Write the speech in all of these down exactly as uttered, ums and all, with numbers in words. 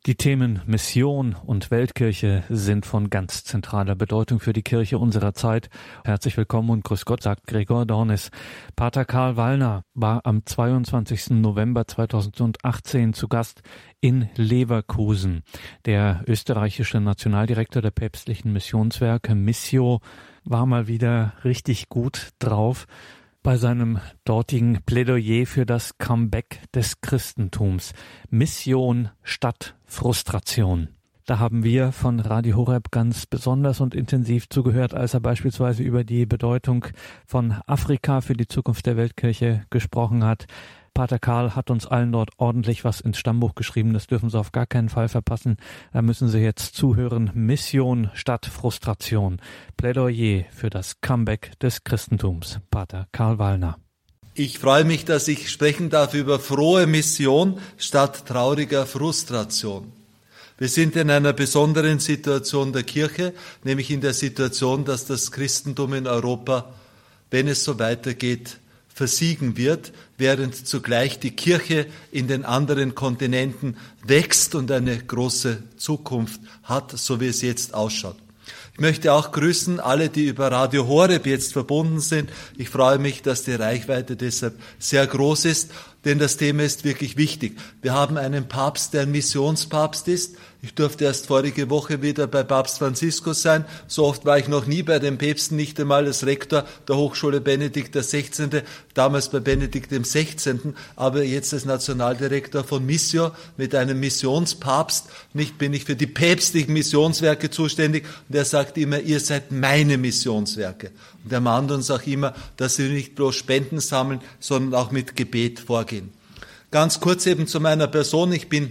Die Themen Mission und Weltkirche sind von ganz zentraler Bedeutung für die Kirche unserer Zeit. Herzlich willkommen und grüß Gott, sagt Gregor Dornis. Pater Karl Wallner war am zweiundzwanzigsten November zweitausendachtzehn zu Gast in Leverkusen. Der österreichische Nationaldirektor der päpstlichen Missionswerke Missio war mal wieder richtig gut drauf bei seinem dortigen Plädoyer für das Comeback des Christentums. Mission statt Frustration. Da haben wir von Radio Horeb ganz besonders und intensiv zugehört, als er beispielsweise über die Bedeutung von Afrika für die Zukunft der Weltkirche gesprochen hat. Pater Karl hat uns allen dort ordentlich was ins Stammbuch geschrieben. Das dürfen Sie auf gar keinen Fall verpassen. Da müssen Sie jetzt zuhören. Mission statt Frustration. Plädoyer für das Comeback des Christentums. Pater Karl Wallner. Ich freue mich, dass ich sprechen darf über frohe Mission statt trauriger Frustration. Wir sind in einer besonderen Situation der Kirche, nämlich in der Situation, dass das Christentum in Europa, wenn es so weitergeht, versiegen wird, während zugleich die Kirche in den anderen Kontinenten wächst und eine große Zukunft hat, so wie es jetzt ausschaut. Ich möchte auch grüßen alle, die über Radio Horeb jetzt verbunden sind. Ich freue mich, dass die Reichweite deshalb sehr groß ist, denn das Thema ist wirklich wichtig. Wir haben einen Papst, der ein Missionspapst ist. Ich durfte erst vorige Woche wieder bei Papst Franziskus sein. So oft war ich noch nie bei den Päpsten, nicht einmal als Rektor der Hochschule Benedikt der Sechzehnte, damals bei Benedikt dem Sechzehnten, aber jetzt als Nationaldirektor von Missio mit einem Missionspapst. Nicht bin ich für die päpstlichen Missionswerke zuständig. Und er sagt immer, ihr seid meine Missionswerke. Und er mahnt uns auch immer, dass wir nicht bloß Spenden sammeln, sondern auch mit Gebet vorgehen. Ganz kurz eben zu meiner Person. Ich bin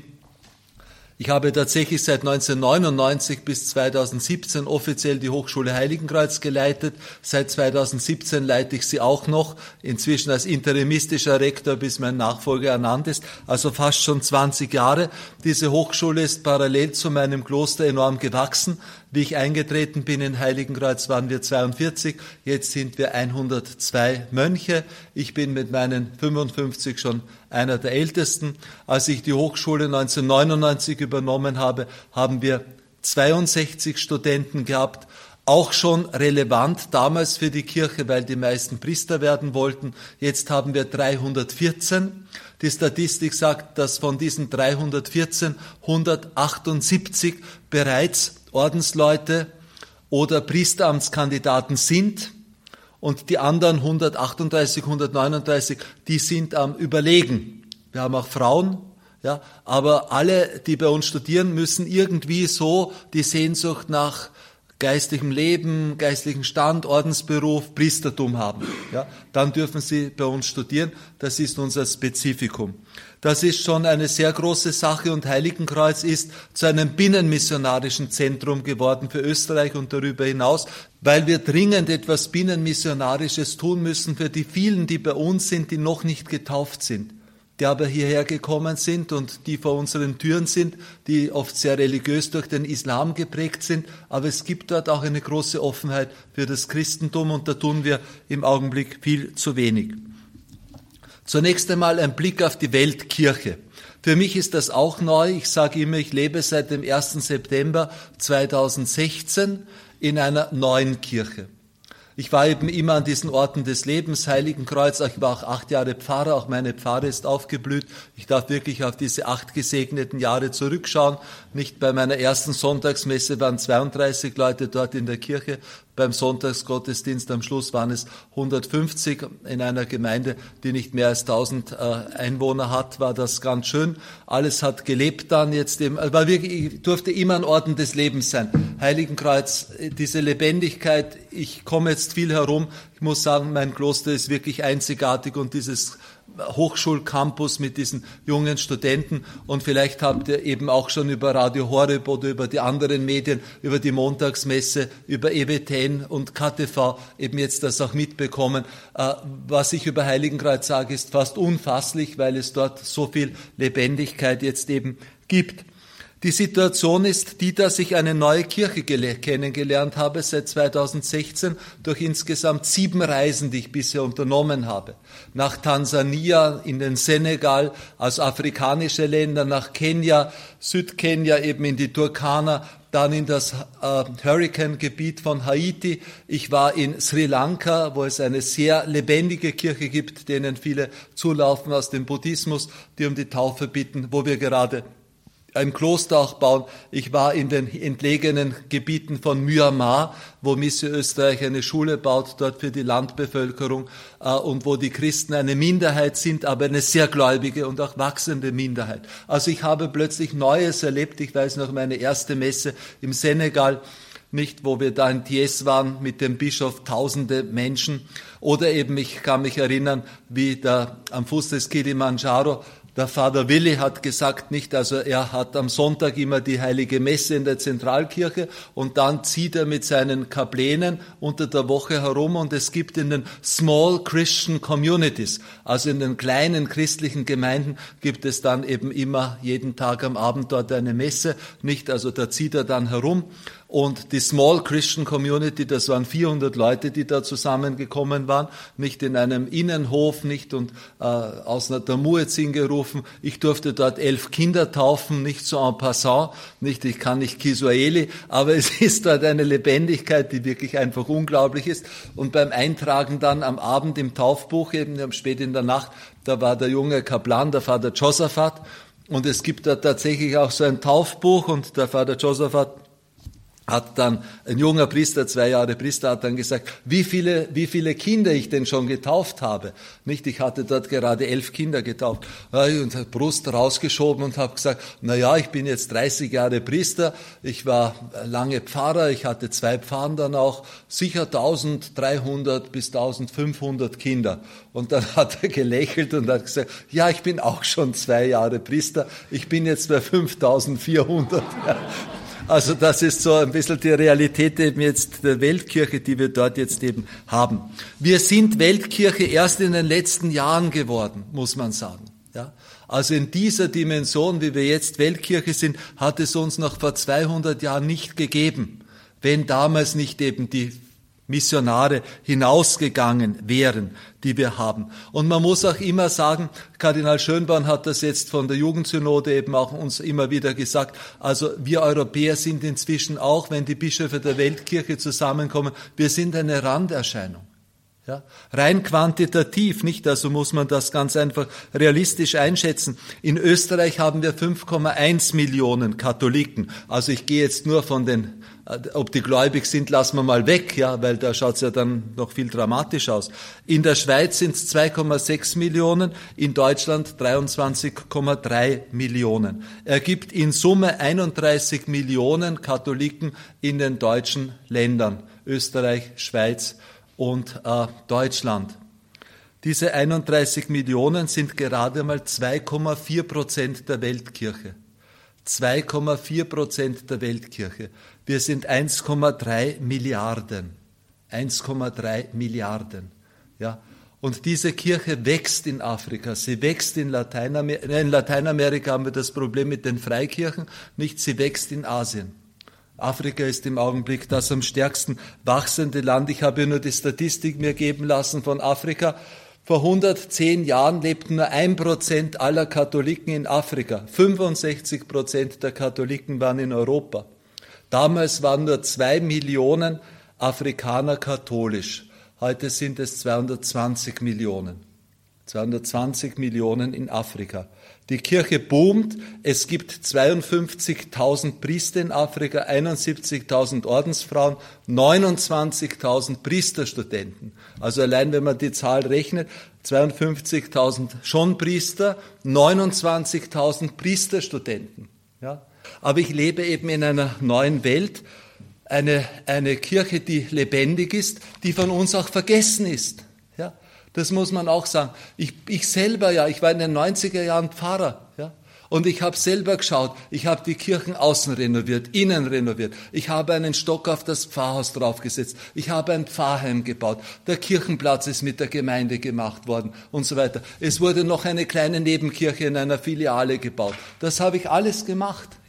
Ich habe tatsächlich seit neunzehnhundertneunundneunzig bis zweitausendsiebzehn offiziell die Hochschule Heiligenkreuz geleitet. Seit zweitausendsiebzehn leite ich sie auch noch, inzwischen als interimistischer Rektor, bis mein Nachfolger ernannt ist, also fast schon zwanzig Jahre. Diese Hochschule ist parallel zu meinem Kloster enorm gewachsen. Wie ich eingetreten bin in Heiligenkreuz, waren wir zweiundvierzig, jetzt sind wir hundertzwei Mönche. Ich bin mit meinen fünfundfünfzig schon einer der Ältesten. Als ich die Hochschule neunzehnhundertneunundneunzig übernommen habe, haben wir zweiundsechzig Studenten gehabt, auch schon relevant damals für die Kirche, weil die meisten Priester werden wollten. Jetzt haben wir dreihundertvierzehn. Die Statistik sagt, dass von diesen dreihundertvierzehn hundertachtundsiebzig bereits Ordensleute oder Priesteramtskandidaten sind und die anderen hundertachtunddreißig, hundertneununddreißig, die sind am Überlegen. Wir haben auch Frauen, ja, aber alle, die bei uns studieren, müssen irgendwie so die Sehnsucht nach geistlichem Leben, geistlichen Stand, Ordensberuf, Priestertum haben. Ja, dann dürfen sie bei uns studieren. Das ist unser Spezifikum. Das ist schon eine sehr große Sache und Heiligenkreuz ist zu einem binnenmissionarischen Zentrum geworden für Österreich und darüber hinaus, weil wir dringend etwas binnenmissionarisches tun müssen für die vielen, die bei uns sind, die noch nicht getauft sind, die aber hierher gekommen sind und die vor unseren Türen sind, die oft sehr religiös durch den Islam geprägt sind. Aber es gibt dort auch eine große Offenheit für das Christentum und da tun wir im Augenblick viel zu wenig. Zunächst einmal ein Blick auf die Weltkirche. Für mich ist das auch neu. Ich sage immer, ich lebe seit dem ersten September zweitausendsechzehn in einer neuen Kirche. Ich war eben immer an diesen Orten des Lebens, Heiligenkreuz, ich war auch acht Jahre Pfarrer, auch meine Pfarre ist aufgeblüht. Ich darf wirklich auf diese acht gesegneten Jahre zurückschauen. Nicht bei meiner ersten Sonntagsmesse waren zweiunddreißig Leute dort in der Kirche, beim Sonntagsgottesdienst am Schluss waren es hundertfünfzig. In einer Gemeinde, die nicht mehr als tausend äh, Einwohner hat, war das ganz schön. Alles hat gelebt dann jetzt eben, war wirklich, ich durfte immer an Orten des Lebens sein. Heiligenkreuz, diese Lebendigkeit, ich komme jetzt viel herum. Ich muss sagen, mein Kloster ist wirklich einzigartig und dieses Hochschulcampus mit diesen jungen Studenten und vielleicht habt ihr eben auch schon über Radio Horeb oder über die anderen Medien, über die Montagsmesse, über E W T N und K T V eben jetzt das auch mitbekommen. Was ich über Heiligenkreuz sage, ist fast unfasslich, weil es dort so viel Lebendigkeit jetzt eben gibt. Die Situation ist die, dass ich eine neue Kirche kennengelernt habe seit zweitausendsechzehn durch insgesamt sieben Reisen, die ich bisher unternommen habe. Nach Tansania, in den Senegal, aus afrikanische Länder, nach Kenia, Südkenia, eben in die Turkana, dann in das äh, Hurricane-Gebiet von Haiti. Ich war in Sri Lanka, wo es eine sehr lebendige Kirche gibt, denen viele zulaufen aus dem Buddhismus, die um die Taufe bitten, wo wir gerade ein Kloster auch bauen. Ich war in den entlegenen Gebieten von Myanmar, wo Mission Österreich eine Schule baut, dort für die Landbevölkerung, äh, und wo die Christen eine Minderheit sind, aber eine sehr gläubige und auch wachsende Minderheit. Also ich habe plötzlich Neues erlebt. Ich weiß noch meine erste Messe im Senegal, nicht, wo wir da in Thiès waren mit dem Bischof, tausende Menschen. Oder eben, ich kann mich erinnern, wie da am Fuß des Kilimanjaro der Vater Willi hat gesagt, nicht, also er hat am Sonntag immer die heilige Messe in der Zentralkirche und dann zieht er mit seinen Kaplänen unter der Woche herum und es gibt in den Small Christian Communities, also in den kleinen christlichen Gemeinden, gibt es dann eben immer jeden Tag am Abend dort eine Messe, nicht, also da zieht er dann herum. Und die Small Christian Community, das waren vierhundert Leute, die da zusammengekommen waren, nicht in einem Innenhof, nicht und äh, aus einer Muezzin gerufen. Ich durfte dort elf Kinder taufen, nicht so en passant, nicht, ich kann nicht Kiswahili, aber es ist dort eine Lebendigkeit, die wirklich einfach unglaublich ist. Und beim Eintragen dann am Abend im Taufbuch, eben spät in der Nacht, da war der junge Kaplan, der Vater Josaphat, und es gibt da tatsächlich auch so ein Taufbuch und der Vater Josaphat hat dann ein junger Priester, zwei Jahre Priester, hat dann gesagt, wie viele, wie viele Kinder ich denn schon getauft habe. Nicht, ich hatte dort gerade elf Kinder getauft. Und habe Brust rausgeschoben und habe gesagt, na ja, ich bin jetzt dreißig Jahre Priester, ich war lange Pfarrer, ich hatte zwei Pfarren dann auch, sicher eintausenddreihundert bis eintausendfünfhundert Kinder. Und dann hat er gelächelt und hat gesagt, ja, ich bin auch schon zwei Jahre Priester, ich bin jetzt bei fünftausendvierhundert. Also das ist so ein bisschen die Realität eben jetzt der Weltkirche, die wir dort jetzt eben haben. Wir sind Weltkirche erst in den letzten Jahren geworden, muss man sagen. Ja? Also in dieser Dimension, wie wir jetzt Weltkirche sind, hat es uns noch vor zweihundert Jahren nicht gegeben, wenn damals nicht eben die Missionare hinausgegangen wären, die wir haben. Und man muss auch immer sagen, Kardinal Schönborn hat das jetzt von der Jugendsynode eben auch uns immer wieder gesagt, also wir Europäer sind inzwischen auch, wenn die Bischöfe der Weltkirche zusammenkommen, wir sind eine Randerscheinung. Ja, rein quantitativ, nicht? Also muss man das ganz einfach realistisch einschätzen. In Österreich haben wir fünf Komma eins Millionen Katholiken. Also ich gehe jetzt nur von den, ob die gläubig sind, lassen wir mal weg, ja, weil da schaut es ja dann noch viel dramatisch aus. In der Schweiz sind es zwei Komma sechs Millionen, in Deutschland dreiundzwanzig Komma drei Millionen. Ergibt in Summe einunddreißig Millionen Katholiken in den deutschen Ländern, Österreich, Schweiz und äh, Deutschland. Diese einunddreißig Millionen sind gerade mal zwei Komma vier Prozent der Weltkirche. zwei Komma vier Prozent der Weltkirche. Wir sind eins Komma drei Milliarden. eins Komma drei Milliarden. Ja. Und diese Kirche wächst in Afrika, sie wächst in Lateinamerika. In Lateinamerika haben wir das Problem mit den Freikirchen, nicht, sie wächst in Asien. Afrika ist im Augenblick das am stärksten wachsende Land. Ich habe nur die Statistik mir geben lassen von Afrika. Vor hundertzehn Jahren lebten nur ein Prozent aller Katholiken in Afrika. fünfundsechzig Prozent der Katholiken waren in Europa. Damals waren nur zwei Millionen Afrikaner katholisch. Heute sind es zweihundertzwanzig Millionen. zweihundertzwanzig Millionen in Afrika. Die Kirche boomt, es gibt zweiundfünfzigtausend Priester in Afrika, einundsiebzigtausend Ordensfrauen, neunundzwanzigtausend Priesterstudenten. Also allein wenn man die Zahl rechnet, zweiundfünfzigtausend schon Priester, neunundzwanzigtausend Priesterstudenten. Ja? Aber ich lebe eben in einer neuen Welt, eine, eine Kirche, die lebendig ist, die von uns auch vergessen ist. Ja? Das muss man auch sagen. Ich, ich selber, ja, ich war in den neunziger Jahren Pfarrer, ja, und ich habe selber geschaut, ich habe die Kirchen außen renoviert, innen renoviert, ich habe einen Stock auf das Pfarrhaus draufgesetzt, ich habe ein Pfarrheim gebaut, der Kirchenplatz ist mit der Gemeinde gemacht worden und so weiter. Es wurde noch eine kleine Nebenkirche in einer Filiale gebaut. Das habe ich alles gemacht, ja.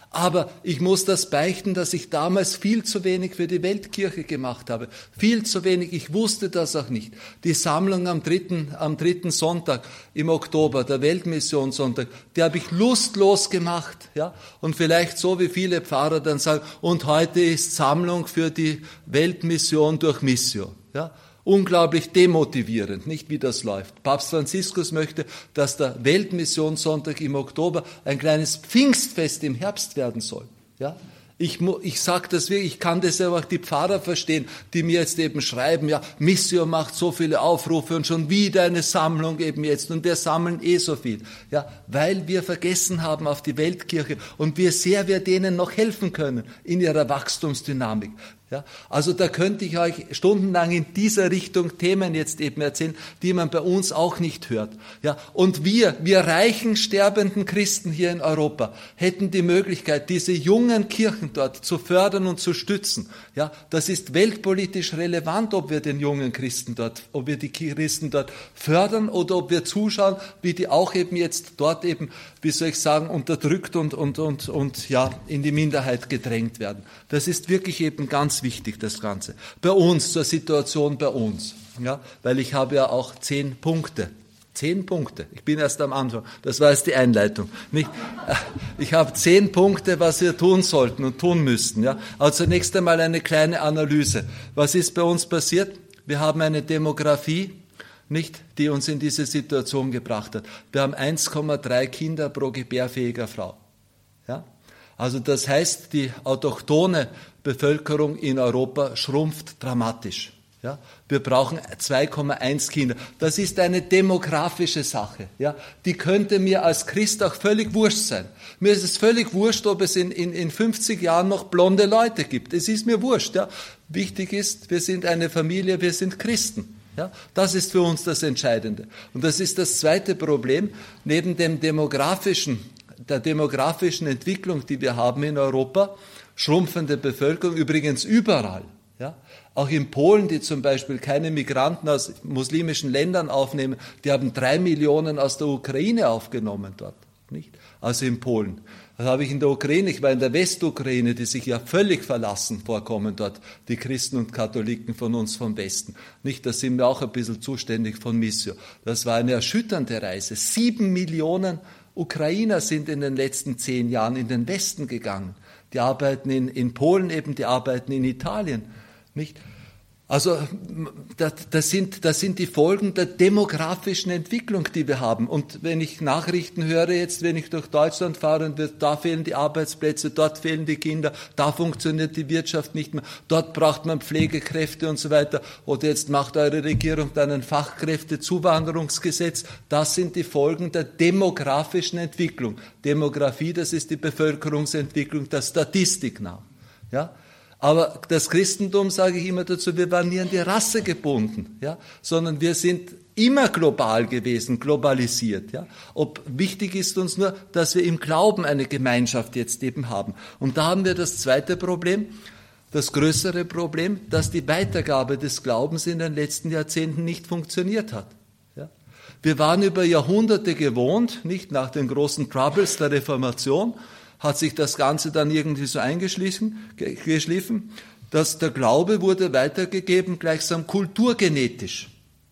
Aber ich muss das beichten, dass ich damals viel zu wenig für die Weltkirche gemacht habe. Viel zu wenig. Ich wusste das auch nicht. Die Sammlung am dritten, am dritten Sonntag im Oktober, der Weltmissionssonntag, die habe ich lustlos gemacht. Ja? Und vielleicht so wie viele Pfarrer dann sagen, und heute ist Sammlung für die Weltmission durch Missio. Ja? Unglaublich demotivierend, nicht wie das läuft. Papst Franziskus möchte, dass der Weltmissionssonntag im Oktober ein kleines Pfingstfest im Herbst werden soll. Ja? Ich, ich sage das wirklich, ich kann das ja auch die Pfarrer verstehen, die mir jetzt eben schreiben, ja, Missio macht so viele Aufrufe und schon wieder eine Sammlung eben jetzt und wir sammeln eh so viel. Ja, weil wir vergessen haben auf die Weltkirche und wie sehr wir denen noch helfen können in ihrer Wachstumsdynamik. Ja, also da könnte ich euch stundenlang in dieser Richtung Themen jetzt eben erzählen, die man bei uns auch nicht hört. Ja, und wir, wir reichen, sterbenden Christen hier in Europa, hätten die Möglichkeit, diese jungen Kirchen dort zu fördern und zu stützen. Ja, das ist weltpolitisch relevant, ob wir den jungen Christen dort, ob wir die Christen dort fördern oder ob wir zuschauen, wie die auch eben jetzt dort eben, wie soll ich sagen, unterdrückt und, und, und, und, ja, in die Minderheit gedrängt werden. Das ist wirklich eben ganz wichtig, das Ganze. Bei uns, zur Situation bei uns. Ja, weil ich habe ja auch zehn Punkte. Zehn Punkte. Ich bin erst am Anfang. Das war jetzt die Einleitung. Nicht? Ich habe zehn Punkte, was wir tun sollten und tun müssten. Ja. Also zunächst einmal eine kleine Analyse. Was ist bei uns passiert? Wir haben eine Demografie, nicht, die uns in diese Situation gebracht hat. Wir haben eins Komma drei Kinder pro gebärfähiger Frau. Ja? Also das heißt, die autochthone Bevölkerung in Europa schrumpft dramatisch. Ja? Wir brauchen zwei Komma eins Kinder. Das ist eine demografische Sache. Ja? Die könnte mir als Christ auch völlig wurscht sein. Mir ist es völlig wurscht, ob es in, in, in fünfzig Jahren noch blonde Leute gibt. Es ist mir wurscht. Ja? Wichtig ist, wir sind eine Familie, wir sind Christen. Ja, das ist für uns das Entscheidende. Und das ist das zweite Problem, neben dem demografischen, der demografischen Entwicklung, die wir haben in Europa, schrumpfende Bevölkerung, übrigens überall. Ja, auch in Polen, die zum Beispiel keine Migranten aus muslimischen Ländern aufnehmen, die haben drei Millionen aus der Ukraine aufgenommen dort, nicht? Also in Polen. Das habe ich in der Ukraine, ich war in der Westukraine, die sich ja völlig verlassen vorkommen dort, die Christen und Katholiken von uns vom Westen. Nicht, da sind wir auch ein bisschen zuständig von Missio. Das war eine erschütternde Reise. Sieben Millionen Ukrainer sind in den letzten zehn Jahren in den Westen gegangen. Die arbeiten in, in Polen eben, die arbeiten in Italien, nicht? Also das, das, sind, das sind die Folgen der demografischen Entwicklung, die wir haben. Und wenn ich Nachrichten höre jetzt, wenn ich durch Deutschland fahre und wird, da fehlen die Arbeitsplätze, dort fehlen die Kinder, da funktioniert die Wirtschaft nicht mehr, dort braucht man Pflegekräfte und so weiter. Oder jetzt macht eure Regierung dann ein Fachkräftezuwanderungsgesetz. Das sind die Folgen der demografischen Entwicklung. Demografie, das ist die Bevölkerungsentwicklung der Statistik nach. Ja? Aber das Christentum, sage ich immer dazu, wir waren nie an die Rasse gebunden, ja, sondern wir sind immer global gewesen, globalisiert. Ja. Ob wichtig ist uns nur, dass wir im Glauben eine Gemeinschaft jetzt eben haben. Und da haben wir das zweite Problem, das größere Problem, dass die Weitergabe des Glaubens in den letzten Jahrzehnten nicht funktioniert hat. Ja. Wir waren über Jahrhunderte gewohnt, nicht nach den großen Troubles der Reformation, hat sich das Ganze dann irgendwie so eingeschliffen, geschliffen, dass der Glaube wurde weitergegeben, gleichsam kulturgenetisch.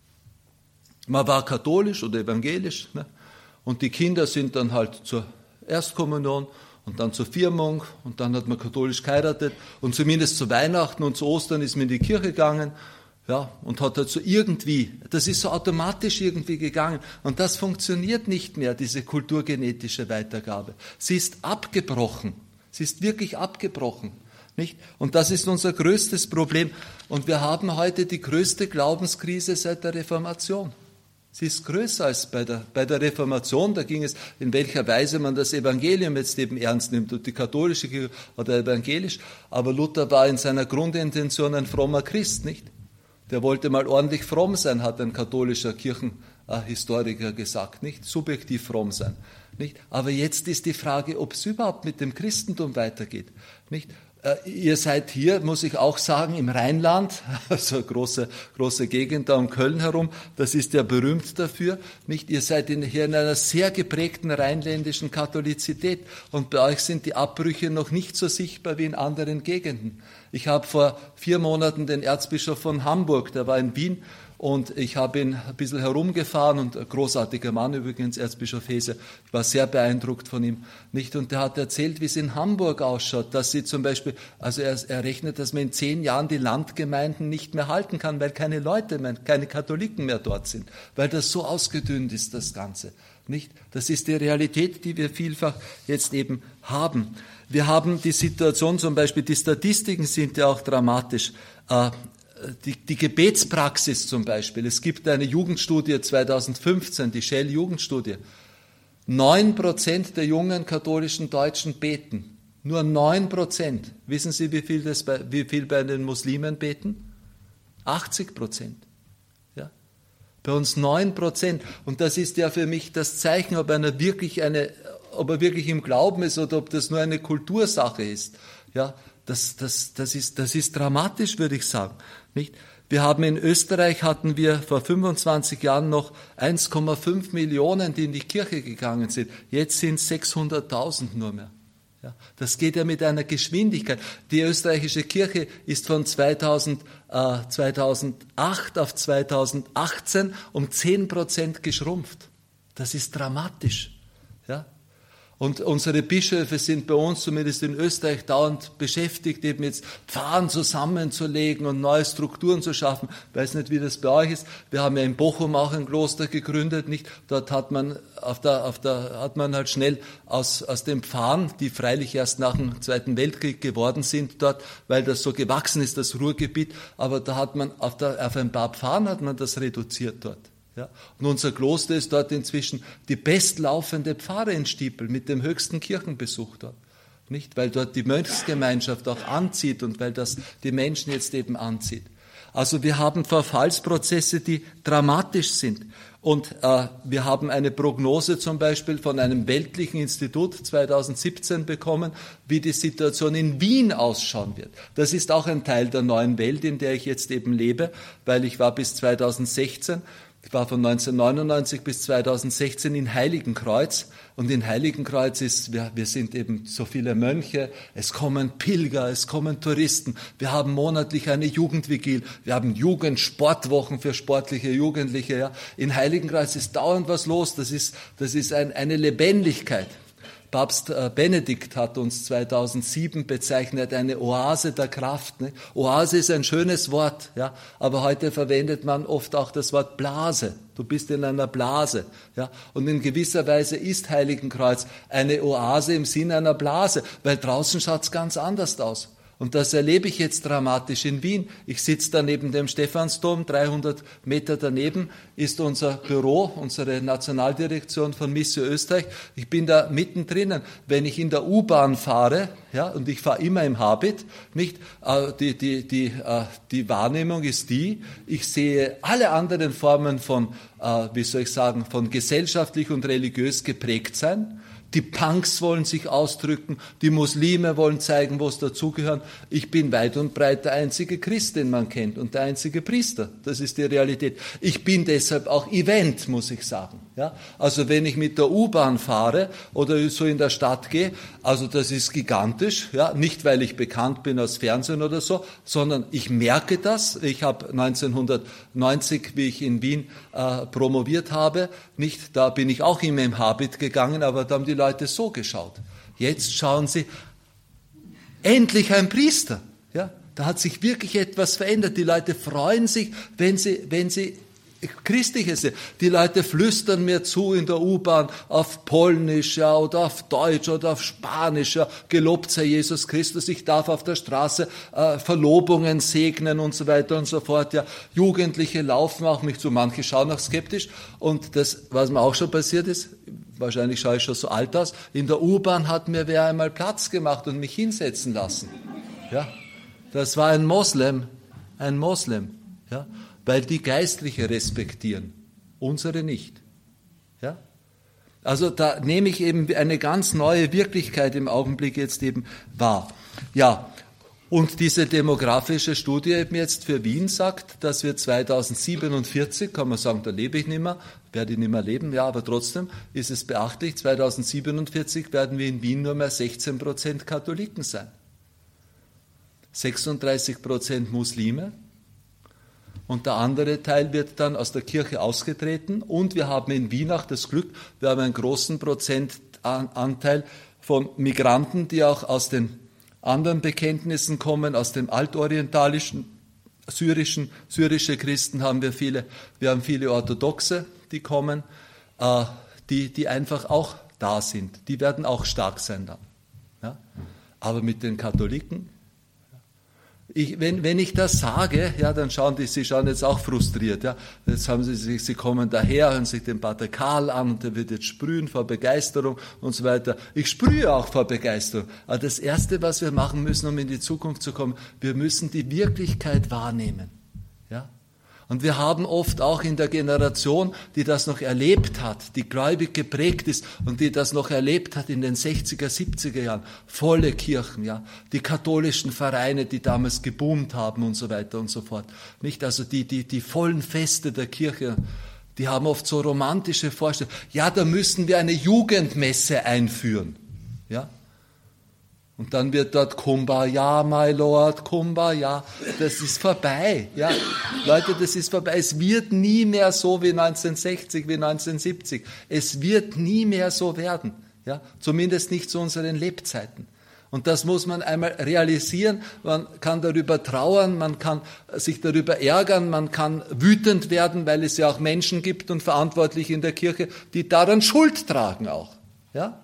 Man war katholisch oder evangelisch, ne? Und die Kinder sind dann halt zur Erstkommunion und dann zur Firmung und dann hat man katholisch geheiratet und zumindest zu Weihnachten und zu Ostern ist man in die Kirche gegangen. Ja, und hat halt so irgendwie, das ist so automatisch irgendwie gegangen. Und das funktioniert nicht mehr, diese kulturgenetische Weitergabe. Sie ist abgebrochen. Sie ist wirklich abgebrochen. Nicht? Und das ist unser größtes Problem. Und wir haben heute die größte Glaubenskrise seit der Reformation. Sie ist größer als bei der, bei der Reformation. Da ging es, in welcher Weise man das Evangelium jetzt eben ernst nimmt, und die katholische Kirche oder evangelisch. Aber Luther war in seiner Grundintention ein frommer Christ, nicht? Der wollte mal ordentlich fromm sein, hat ein katholischer Kirchenhistoriker gesagt, nicht? Subjektiv fromm sein, nicht? Aber jetzt ist die Frage, ob es überhaupt mit dem Christentum weitergeht, nicht? Ihr seid hier, muss ich auch sagen, im Rheinland, also große, große Gegend da um Köln herum, das ist ja berühmt dafür, nicht? Ihr seid in, hier in einer sehr geprägten rheinländischen Katholizität und bei euch sind die Abbrüche noch nicht so sichtbar wie in anderen Gegenden. Ich habe vor vier Monaten den Erzbischof von Hamburg, der war in Wien, und ich habe ihn ein bisschen herumgefahren und ein großartiger Mann übrigens, Erzbischof Hese. Ich war sehr beeindruckt von ihm. Nicht? Und der hat erzählt, wie es in Hamburg ausschaut, dass sie zum Beispiel, also er, er rechnet, dass man in zehn Jahren die Landgemeinden nicht mehr halten kann, weil keine Leute mehr, keine Katholiken mehr dort sind, weil das so ausgedünnt ist, das Ganze. Nicht? Das ist die Realität, die wir vielfach jetzt eben haben. Wir haben die Situation zum Beispiel, die Statistiken sind ja auch dramatisch. Äh, Die, die Gebetspraxis zum Beispiel. Es gibt eine Jugendstudie zweitausendfünfzehn, die Shell-Jugendstudie. Neun Prozent der jungen katholischen Deutschen beten. Nur neun Prozent. Wissen Sie, wie viel, das bei, wie viel bei den Muslimen beten? achtzig Prozent. Ja? Bei uns neun Prozent. Und das ist ja für mich das Zeichen, ob einer wirklich eine, ob er wirklich im Glauben ist oder ob das nur eine Kultursache ist. Ja? Das, das, das ist, das ist dramatisch, würde ich sagen. Nicht? Wir haben in Österreich, hatten wir vor fünfundzwanzig Jahren noch eins Komma fünf Millionen, die in die Kirche gegangen sind. Jetzt sind es sechshunderttausend nur mehr. Ja, das geht ja mit einer Geschwindigkeit. Die österreichische Kirche ist von zweitausend, äh, zweitausendacht auf zweitausendachtzehn um zehn Prozent geschrumpft. Das ist dramatisch. Ja? Und unsere Bischöfe sind bei uns, zumindest in Österreich, dauernd beschäftigt, eben jetzt Pfarren zusammenzulegen und neue Strukturen zu schaffen. Ich weiß nicht, wie das bei euch ist. Wir haben ja in Bochum auch ein Kloster gegründet, nicht? Dort hat man auf der, auf der, hat man halt schnell aus, aus den Pfarren, die freilich erst nach dem Zweiten Weltkrieg geworden sind dort, weil das so gewachsen ist, das Ruhrgebiet. Aber da hat man auf der, auf ein paar Pfarren hat man das reduziert dort. Ja, und unser Kloster ist dort inzwischen die bestlaufende Pfarre in Stiepel mit dem höchsten Kirchenbesuch dort. Nicht, weil dort die Mönchsgemeinschaft auch anzieht und weil das die Menschen jetzt eben anzieht. Also wir haben Verfallsprozesse, die dramatisch sind. Und äh, wir haben eine Prognose zum Beispiel von einem weltlichen Institut zweitausendsiebzehn bekommen, wie die Situation in Wien ausschauen wird. Das ist auch ein Teil der neuen Welt, in der ich jetzt eben lebe, weil ich war bis zweitausendsechzehn, ich war von neunzehnhundertneunundneunzig bis zweitausendsechzehn in Heiligenkreuz. Und in Heiligenkreuz ist, wir, wir sind eben so viele Mönche, es kommen Pilger, es kommen Touristen. Wir haben monatlich eine Jugendvigil, wir haben Jugendsportwochen für sportliche Jugendliche. Ja. In Heiligenkreuz ist dauernd was los, das ist, das ist ein, eine Lebendigkeit. Papst Benedikt hat uns zweitausendsieben bezeichnet, eine Oase der Kraft. Ne? Oase ist ein schönes Wort, ja, aber heute verwendet man oft auch das Wort Blase. Du bist in einer Blase. Ja? Und in gewisser Weise ist Heiligenkreuz eine Oase im Sinne einer Blase, weil draußen schaut es ganz anders aus. Und das erlebe ich jetzt dramatisch in Wien. Ich sitze da neben dem Stephansdom, dreihundert Meter daneben ist unser Büro, unsere Nationaldirektion von Missio Österreich. Ich bin da mittendrin. Wenn ich in der U-Bahn fahre, ja, und ich fahre immer im Habit, nicht, äh, die, die, die, äh, die Wahrnehmung ist die, ich sehe alle anderen Formen von, äh, wie soll ich sagen, von gesellschaftlich und religiös geprägt sein. Die Punks wollen sich ausdrücken, die Muslime wollen zeigen, wo es dazugehören. Ich bin weit und breit der einzige Christ, den man kennt und der einzige Priester. Das ist die Realität. Ich bin deshalb auch Event, muss ich sagen. Ja? Also wenn ich mit der U-Bahn fahre oder so in der Stadt gehe, also das ist gigantisch. Ja? Nicht, weil ich bekannt bin aus Fernsehen oder so, sondern ich merke das. Ich habe neunzehnhundertneunzig, wie ich in Wien äh, promoviert habe, nicht, da bin ich auch immer im Habit gegangen, aber da haben die Leute so geschaut. Jetzt schauen sie, endlich ein Priester. Ja, da hat sich wirklich etwas verändert. Die Leute freuen sich, wenn sie, wenn sie Christliche sind. Die Leute flüstern mir zu in der U-Bahn auf Polnisch, ja, oder auf Deutsch oder auf Spanisch. Ja, gelobt sei Jesus Christus. Ich darf auf der Straße äh, Verlobungen segnen und so weiter und so fort. Ja, Jugendliche laufen auch mich zu. Manche schauen auch skeptisch. Und das, was mir auch schon passiert ist, wahrscheinlich schaue ich schon so alt aus, in der U-Bahn hat mir wer einmal Platz gemacht und mich hinsetzen lassen. Ja, das war ein Moslem, ein Moslem, ja, weil die Geistliche respektieren, unsere nicht. Ja, also da nehme ich eben eine ganz neue Wirklichkeit im Augenblick jetzt eben wahr. Ja, Und diese demografische Studie eben jetzt für Wien sagt, dass wir zweitausendsiebenundvierzig, kann man sagen, da lebe ich nicht mehr, werde ich nicht mehr leben, ja, aber trotzdem ist es beachtlich, zweitausendsiebenundvierzig werden wir in Wien nur mehr sechzehn Prozent Katholiken sein. sechsunddreißig Prozent Muslime und der andere Teil wird dann aus der Kirche ausgetreten und wir haben in Wien auch das Glück, wir haben einen großen Prozentanteil von Migranten, die auch aus den anderen Bekenntnissen kommen, aus dem altorientalischen, syrischen, syrische Christen haben wir viele, wir haben viele Orthodoxe, die kommen, äh, die, die einfach auch da sind, die werden auch stark sein dann. Ja? Aber mit den Katholiken, ich, wenn, wenn ich das sage, ja, dann schauen die, sie schauen jetzt auch frustriert, ja. Jetzt haben sie sich, sie kommen daher, hören sich den Pater Karl an und der wird jetzt sprühen vor Begeisterung und so weiter. Ich sprühe auch vor Begeisterung. Aber das Erste, was wir machen müssen, um in die Zukunft zu kommen, wir müssen die Wirklichkeit wahrnehmen, ja. Und wir haben oft auch in der Generation, die das noch erlebt hat, die gläubig geprägt ist und die das noch erlebt hat in den sechziger, siebziger Jahren, volle Kirchen, ja, die katholischen Vereine, die damals geboomt haben und so weiter und so fort. Nicht, also die, die, die vollen Feste der Kirche, die haben oft so romantische Vorstellungen. Ja, da müssen wir eine Jugendmesse einführen, ja. Und dann wird dort Kumbaya, my Lord, Kumbaya. Das ist vorbei. Ja, Leute, das ist vorbei. Es wird nie mehr so wie neunzehnhundertsechzig, wie neunzehnhundertsiebzig. Es wird nie mehr so werden. Ja, zumindest nicht zu unseren Lebzeiten. Und das muss man einmal realisieren. Man kann darüber trauern, man kann sich darüber ärgern, man kann wütend werden, weil es ja auch Menschen gibt und Verantwortliche in der Kirche, die daran Schuld tragen auch. Ja.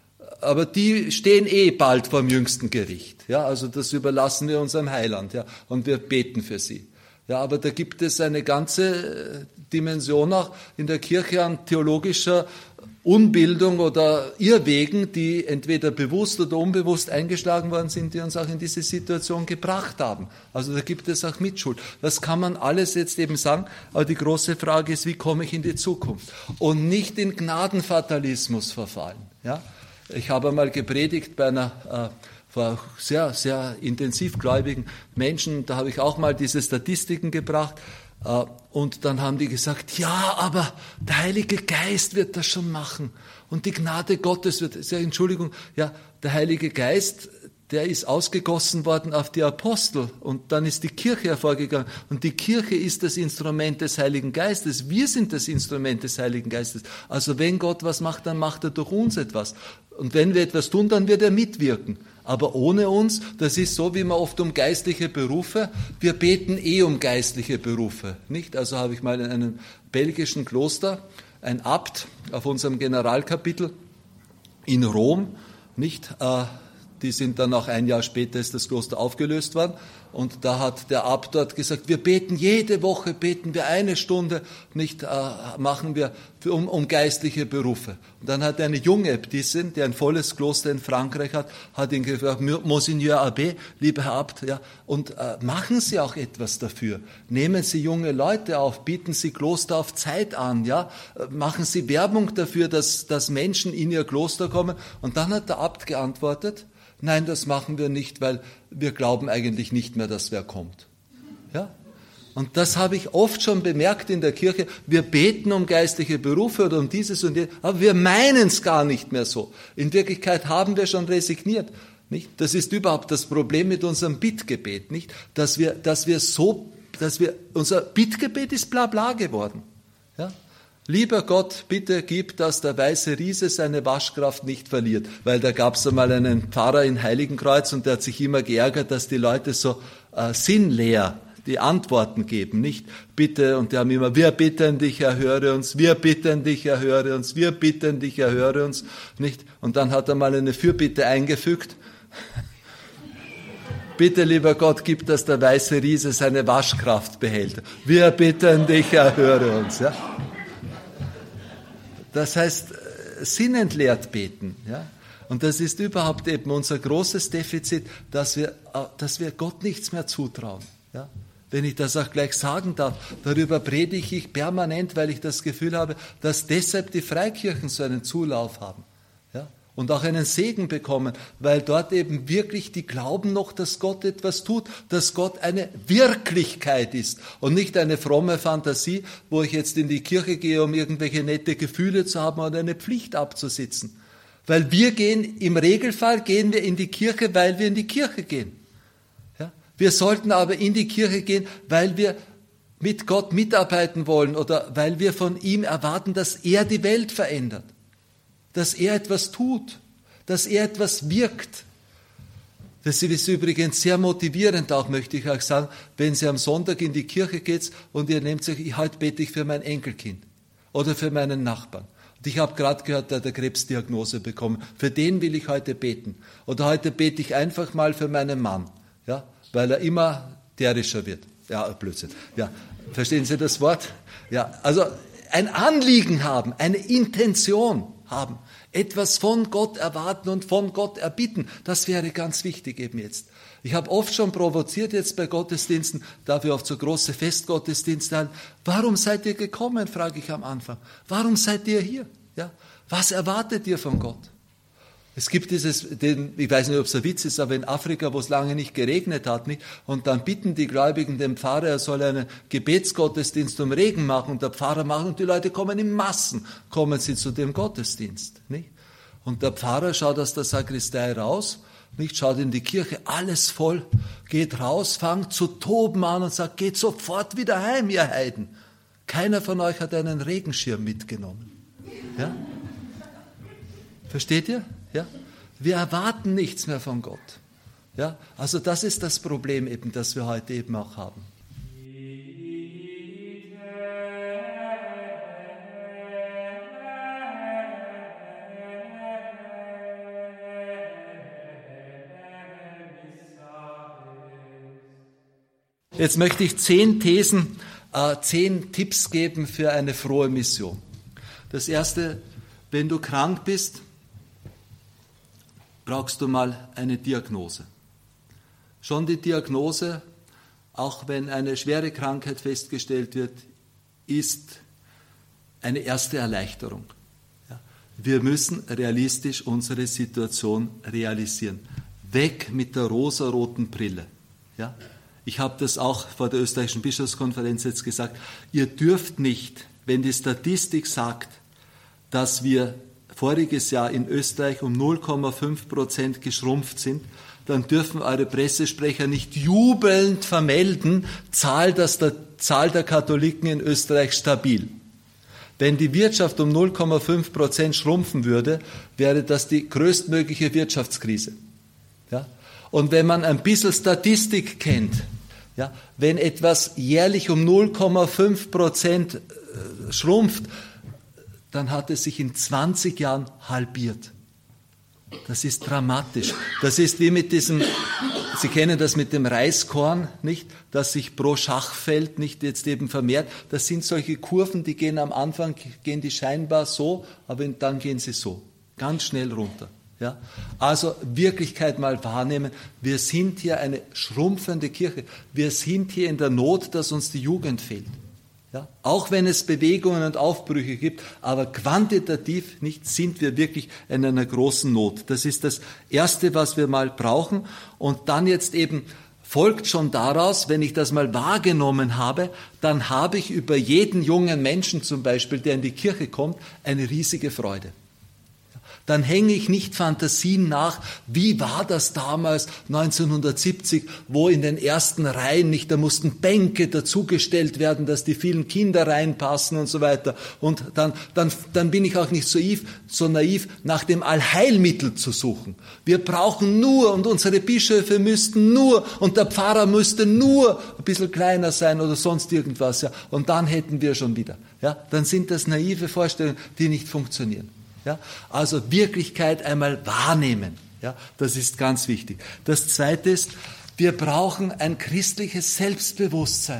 Aber die stehen eh bald vor dem jüngsten Gericht. Ja, also das überlassen wir unserem Heiland, ja, und wir beten für sie. Ja, aber da gibt es eine ganze Dimension auch in der Kirche an theologischer Unbildung oder Irrwegen, die entweder bewusst oder unbewusst eingeschlagen worden sind, die uns auch in diese Situation gebracht haben. Also da gibt es auch Mitschuld. Das kann man alles jetzt eben sagen, aber die große Frage ist, wie komme ich in die Zukunft? Und nicht in Gnadenfatalismus verfallen, ja. Ich habe einmal gepredigt bei einer äh, vor sehr, sehr intensiv gläubigen Menschen, da habe ich auch mal diese Statistiken gebracht äh, und dann haben die gesagt, ja, aber der Heilige Geist wird das schon machen und die Gnade Gottes wird, ja, Entschuldigung, ja, der Heilige Geist, der ist ausgegossen worden auf die Apostel und dann ist die Kirche hervorgegangen und die Kirche ist das Instrument des Heiligen Geistes. Wir sind das Instrument des Heiligen Geistes. Also wenn Gott was macht, dann macht er durch uns etwas. Und wenn wir etwas tun, dann wird er mitwirken. Aber ohne uns, das ist so, wie man oft um geistliche Berufe, wir beten eh um geistliche Berufe, nicht? Also habe ich mal in einem belgischen Kloster ein Abt auf unserem Generalkapitel in Rom, nicht? Äh, Die sind dann auch ein Jahr später ist das Kloster aufgelöst worden und da hat der Abt dort gesagt, wir beten jede Woche, beten wir eine Stunde, nicht äh, machen wir für, um, um geistliche Berufe. Und dann hat eine junge Äbtissin, die ein volles Kloster in Frankreich hat, hat ihn gefragt, Monseigneur Abbé, lieber Herr Abt, ja, und äh, machen Sie auch etwas dafür. Nehmen Sie junge Leute auf, bieten Sie Kloster auf Zeit an, ja, machen Sie Werbung dafür, dass, dass Menschen in Ihr Kloster kommen. Und dann hat der Abt geantwortet, nein, das machen wir nicht, weil wir glauben eigentlich nicht mehr, dass wer kommt. Ja? Und das habe ich oft schon bemerkt in der Kirche. Wir beten um geistliche Berufe oder um dieses und jenes, aber wir meinen es gar nicht mehr so. In Wirklichkeit haben wir schon resigniert. Nicht? Das ist überhaupt das Problem mit unserem Bittgebet, nicht? Dass wir, dass wir so, dass wir, unser Bittgebet ist Blabla geworden. Ja? Lieber Gott, bitte gib, dass der weiße Riese seine Waschkraft nicht verliert. Weil da gab es einmal einen Pfarrer in Heiligenkreuz und der hat sich immer geärgert, dass die Leute so äh, sinnleer die Antworten geben, nicht? Bitte, und die haben immer, wir bitten dich, erhöre uns, wir bitten dich, erhöre uns, wir bitten dich, erhöre uns, nicht? Und dann hat er mal eine Fürbitte eingefügt. Bitte, lieber Gott, gib, dass der weiße Riese seine Waschkraft behält. Wir bitten dich, erhöre uns, ja? Das heißt, sinnentleert beten. Ja? Und das ist überhaupt eben unser großes Defizit, dass wir, dass wir Gott nichts mehr zutrauen. Ja? Wenn ich das auch gleich sagen darf, darüber predige ich permanent, weil ich das Gefühl habe, dass deshalb die Freikirchen so einen Zulauf haben. Ja? und auch einen Segen bekommen, weil dort eben wirklich die glauben noch, dass Gott etwas tut, dass Gott eine Wirklichkeit ist und nicht eine fromme Fantasie, wo ich jetzt in die Kirche gehe, um irgendwelche nette Gefühle zu haben oder eine Pflicht abzusitzen. Weil wir gehen, im Regelfall gehen wir in die Kirche, weil wir in die Kirche gehen. Ja? Wir sollten aber in die Kirche gehen, weil wir mit Gott mitarbeiten wollen oder weil wir von ihm erwarten, dass er die Welt verändert. Dass er etwas tut, dass er etwas wirkt. Das ist übrigens sehr motivierend auch, möchte ich euch sagen, wenn Sie am Sonntag in die Kirche geht und ihr nehmt sich, heute bete ich für mein Enkelkind oder für meinen Nachbarn. Und ich habe gerade gehört, der hat eine Krebsdiagnose bekommen. Für den will ich heute beten. Oder heute bete ich einfach mal für meinen Mann, ja, weil er immer derischer wird. Ja, Blödsinn. Ja, verstehen Sie das Wort? Ja, also ein Anliegen haben, eine Intention haben, etwas von Gott erwarten und von Gott erbitten, das wäre ganz wichtig eben jetzt. Ich habe oft schon provoziert jetzt bei Gottesdiensten, dafür oft so große Festgottesdienste halten. Warum seid ihr gekommen, frage ich am Anfang. Warum seid ihr hier? Ja? Was erwartet ihr von Gott? Es gibt dieses, den, ich weiß nicht, ob es ein Witz ist, aber in Afrika, wo es lange nicht geregnet hat, nicht? Und dann bitten die Gläubigen den Pfarrer, er soll einen Gebetsgottesdienst um Regen machen und der Pfarrer macht und die Leute kommen in Massen, kommen sie zu dem Gottesdienst, nicht? Und der Pfarrer schaut aus der Sakristei raus, nicht? Schaut in die Kirche, alles voll, geht raus, fängt zu toben an und sagt, geht sofort wieder heim, ihr Heiden. Keiner von euch hat einen Regenschirm mitgenommen. Ja? Versteht ihr? Ja? Wir erwarten nichts mehr von Gott. Ja? Also das ist das Problem eben, das wir heute eben auch haben. Jetzt möchte ich zehn Thesen, äh, zehn Tipps geben für eine frohe Mission. Das erste, wenn du krank bist, brauchst du mal eine Diagnose. Schon die Diagnose, auch wenn eine schwere Krankheit festgestellt wird, ist eine erste Erleichterung. Ja. Wir müssen realistisch unsere Situation realisieren. Weg mit der rosaroten Brille. Ja. Ich habe das auch vor der österreichischen Bischofskonferenz jetzt gesagt. Ihr dürft nicht, wenn die Statistik sagt, dass wir voriges Jahr in Österreich um null Komma fünf Prozent geschrumpft sind, dann dürfen eure Pressesprecher nicht jubelnd vermelden, Zahl, dass der, Zahl der Katholiken in Österreich stabil. Wenn die Wirtschaft um null Komma fünf Prozent schrumpfen würde, wäre das die größtmögliche Wirtschaftskrise. Ja? Und wenn man ein bisschen Statistik kennt, ja, wenn etwas jährlich um null Komma fünf Prozent schrumpft, dann hat es sich in zwanzig Jahren halbiert. Das ist dramatisch. Das ist wie mit diesem, Sie kennen das mit dem Reiskorn, nicht, das sich pro Schachfeld nicht jetzt eben vermehrt. Das sind solche Kurven, die gehen am Anfang, gehen die scheinbar so, aber dann gehen sie so, ganz schnell runter. Ja? Also Wirklichkeit mal wahrnehmen, wir sind hier eine schrumpfende Kirche. Wir sind hier in der Not, dass uns die Jugend fehlt. Ja, auch wenn es Bewegungen und Aufbrüche gibt, aber quantitativ nicht, sind wir wirklich in einer großen Not. Das ist das Erste, was wir mal brauchen. Und dann jetzt eben folgt schon daraus, wenn ich das mal wahrgenommen habe, dann habe ich über jeden jungen Menschen zum Beispiel, der in die Kirche kommt, eine riesige Freude. Dann hänge ich nicht Fantasien nach, wie war das damals neunzehnhundertsiebzig, wo in den ersten Reihen nicht, da mussten Bänke dazugestellt werden, dass die vielen Kinder reinpassen und so weiter. Und dann, dann, dann bin ich auch nicht so naiv, so naiv, nach dem Allheilmittel zu suchen. Wir brauchen nur, und unsere Bischöfe müssten nur, und der Pfarrer müsste nur ein bisschen kleiner sein oder sonst irgendwas, ja. Und dann hätten wir schon wieder, ja. Dann sind das naive Vorstellungen, die nicht funktionieren. Ja, also Wirklichkeit einmal wahrnehmen, ja, das ist ganz wichtig. Das Zweite ist, wir brauchen ein christliches Selbstbewusstsein.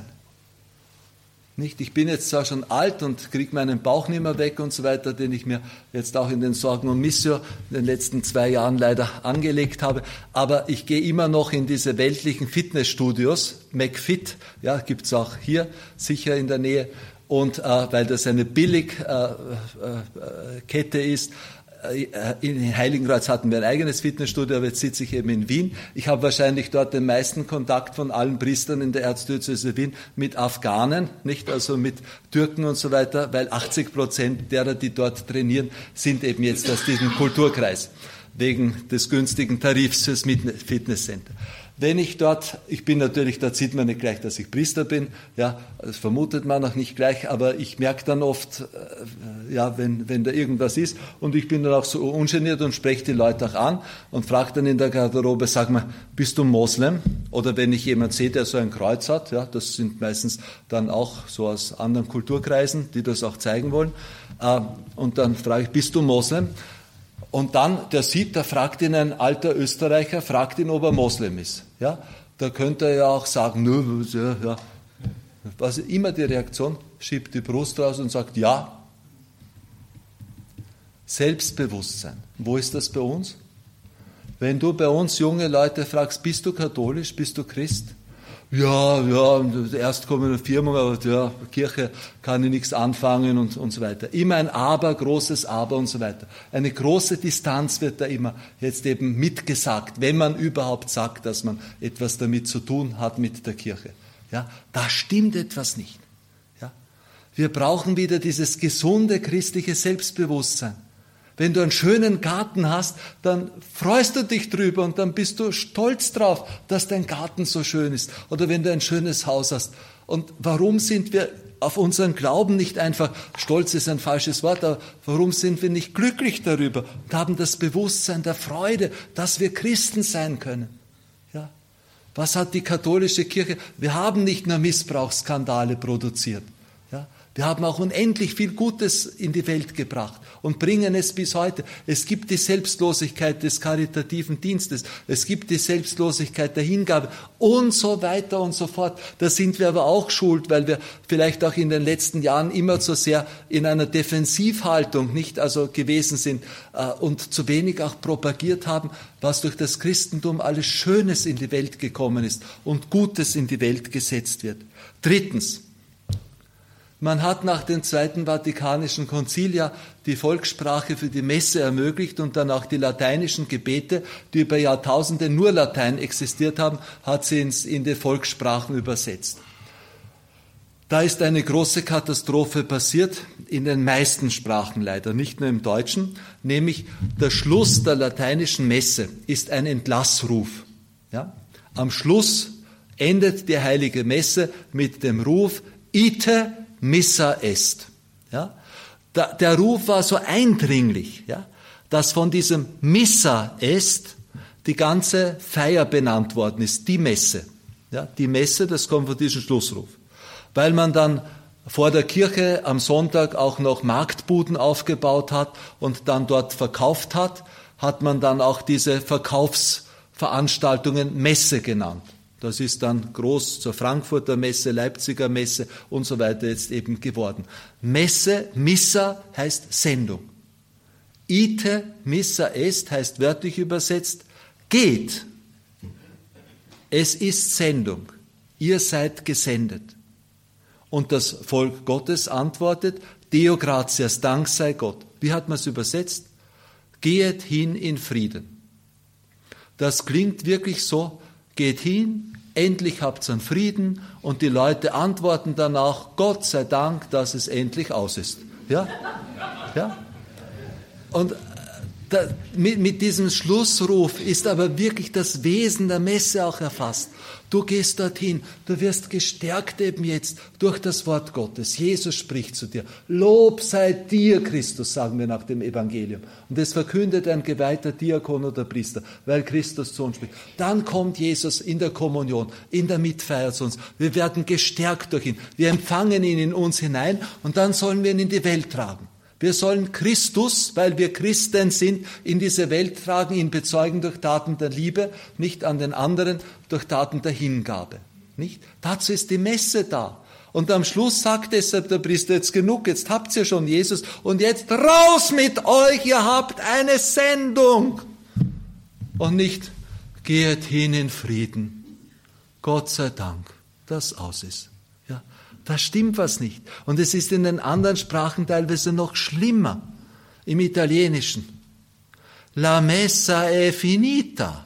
Nicht? Ich bin jetzt zwar schon alt und kriege meinen Bauch nicht mehr weg und so weiter, den ich mir jetzt auch in den Sorgen um Missio in den letzten zwei Jahren leider angelegt habe, aber ich gehe immer noch in diese weltlichen Fitnessstudios, McFit, ja, gibt's auch hier sicher in der Nähe. Und äh, weil das eine Billigkette äh, äh, ist, in Heiligenkreuz hatten wir ein eigenes Fitnessstudio, aber jetzt sitze ich eben in Wien. Ich habe wahrscheinlich dort den meisten Kontakt von allen Priestern in der Erzdiözese Wien mit Afghanen, nicht also mit Türken und so weiter, weil achtzig Prozent derer, die dort trainieren, sind eben jetzt aus diesem Kulturkreis, wegen des günstigen Tarifs fürs Fitnesscenter. Wenn ich dort, ich bin natürlich, dort sieht man nicht gleich, dass ich Priester bin, ja, das vermutet man auch nicht gleich, aber ich merke dann oft, äh, ja, wenn, wenn da irgendwas ist, und ich bin dann auch so ungeniert und spreche die Leute auch an und frage dann in der Garderobe, sag mal, bist du Moslem? Oder wenn ich jemanden sehe, der so ein Kreuz hat, ja, das sind meistens dann auch so aus anderen Kulturkreisen, die das auch zeigen wollen, äh, und dann frage ich, bist du Moslem? Und dann, der sieht, da fragt ihn ein alter Österreicher, fragt ihn, ob er Moslem ist. Ja, da könnte er ja auch sagen, nö, ja, ja. Was immer die Reaktion, schiebt die Brust raus und sagt, ja. Selbstbewusstsein. Wo ist das bei uns? Wenn du bei uns junge Leute fragst, bist du katholisch, bist du Christ? Ja, ja, erst komme eine Firmung, aber ja, Kirche kann ich nichts anfangen und, und so weiter. Immer ein Aber, großes Aber und so weiter. Eine große Distanz wird da immer jetzt eben mitgesagt, wenn man überhaupt sagt, dass man etwas damit zu tun hat mit der Kirche. Ja, da stimmt etwas nicht. Ja, wir brauchen wieder dieses gesunde christliche Selbstbewusstsein. Wenn du einen schönen Garten hast, dann freust du dich drüber und dann bist du stolz drauf, dass dein Garten so schön ist. Oder wenn du ein schönes Haus hast. Und warum sind wir auf unseren Glauben nicht einfach, stolz ist ein falsches Wort, aber warum sind wir nicht glücklich darüber und haben das Bewusstsein der Freude, dass wir Christen sein können? Ja. Was hat die katholische Kirche? Wir haben nicht nur Missbrauchsskandale produziert. Ja. Wir haben auch unendlich viel Gutes in die Welt gebracht und bringen es bis heute. Es gibt die Selbstlosigkeit des karitativen Dienstes, es gibt die Selbstlosigkeit der Hingabe und so weiter und so fort. Da sind wir aber auch schuld, weil wir vielleicht auch in den letzten Jahren immer zu sehr in einer Defensivhaltung nicht also gewesen sind äh, und zu wenig auch propagiert haben, was durch das Christentum alles Schönes in die Welt gekommen ist und Gutes in die Welt gesetzt wird. Drittens. Man hat nach dem Zweiten Vatikanischen Konzil ja die Volkssprache für die Messe ermöglicht und dann auch die lateinischen Gebete, die über Jahrtausende nur Latein existiert haben, hat sie ins, in die Volkssprachen übersetzt. Da ist eine große Katastrophe passiert, in den meisten Sprachen leider, nicht nur im Deutschen, nämlich der Schluss der lateinischen Messe ist ein Entlassruf. Ja? Am Schluss endet die heilige Messe mit dem Ruf Ite Missa est. Ja? Der, der Ruf war so eindringlich, ja, dass von diesem Missa est die ganze Feier benannt worden ist, die Messe. Ja? Die Messe, das kommt von diesem Schlussruf. Weil man dann vor der Kirche am Sonntag auch noch Marktbuden aufgebaut hat und dann dort verkauft hat, hat man dann auch diese Verkaufsveranstaltungen Messe genannt. Das ist dann groß zur Frankfurter Messe, Leipziger Messe und so weiter jetzt eben geworden. Messe, Missa heißt Sendung. Ite Missa est heißt wörtlich übersetzt, geht. Es ist Sendung. Ihr seid gesendet. Und das Volk Gottes antwortet, Deo gratias, Dank sei Gott. Wie hat man es übersetzt? Gehet hin in Frieden. Das klingt wirklich so, geht hin, endlich habt ihr einen Frieden, und die Leute antworten danach, Gott sei Dank, dass es endlich aus ist. Ja? Ja? Und da, mit, mit diesem Schlussruf ist aber wirklich das Wesen der Messe auch erfasst. Du gehst dorthin, du wirst gestärkt eben jetzt durch das Wort Gottes. Jesus spricht zu dir. Lob sei dir, Christus, sagen wir nach dem Evangelium. Und es verkündet ein geweihter Diakon oder Priester, weil Christus zu uns spricht. Dann kommt Jesus in der Kommunion, in der Mitfeier zu uns. Wir werden gestärkt durch ihn. Wir empfangen ihn in uns hinein und dann sollen wir ihn in die Welt tragen. Wir sollen Christus, weil wir Christen sind, in diese Welt tragen, ihn bezeugen durch Taten der Liebe, nicht an den anderen, durch Taten der Hingabe. Nicht? Dazu ist die Messe da. Und am Schluss sagt deshalb der Priester, jetzt genug, jetzt habt ihr schon Jesus und jetzt raus mit euch, ihr habt eine Sendung. Und nicht, geht hin in Frieden. Gott sei Dank, dass aus ist. Ja. Da stimmt was nicht. Und es ist in den anderen Sprachen teilweise noch schlimmer. Im Italienischen. La messa è finita.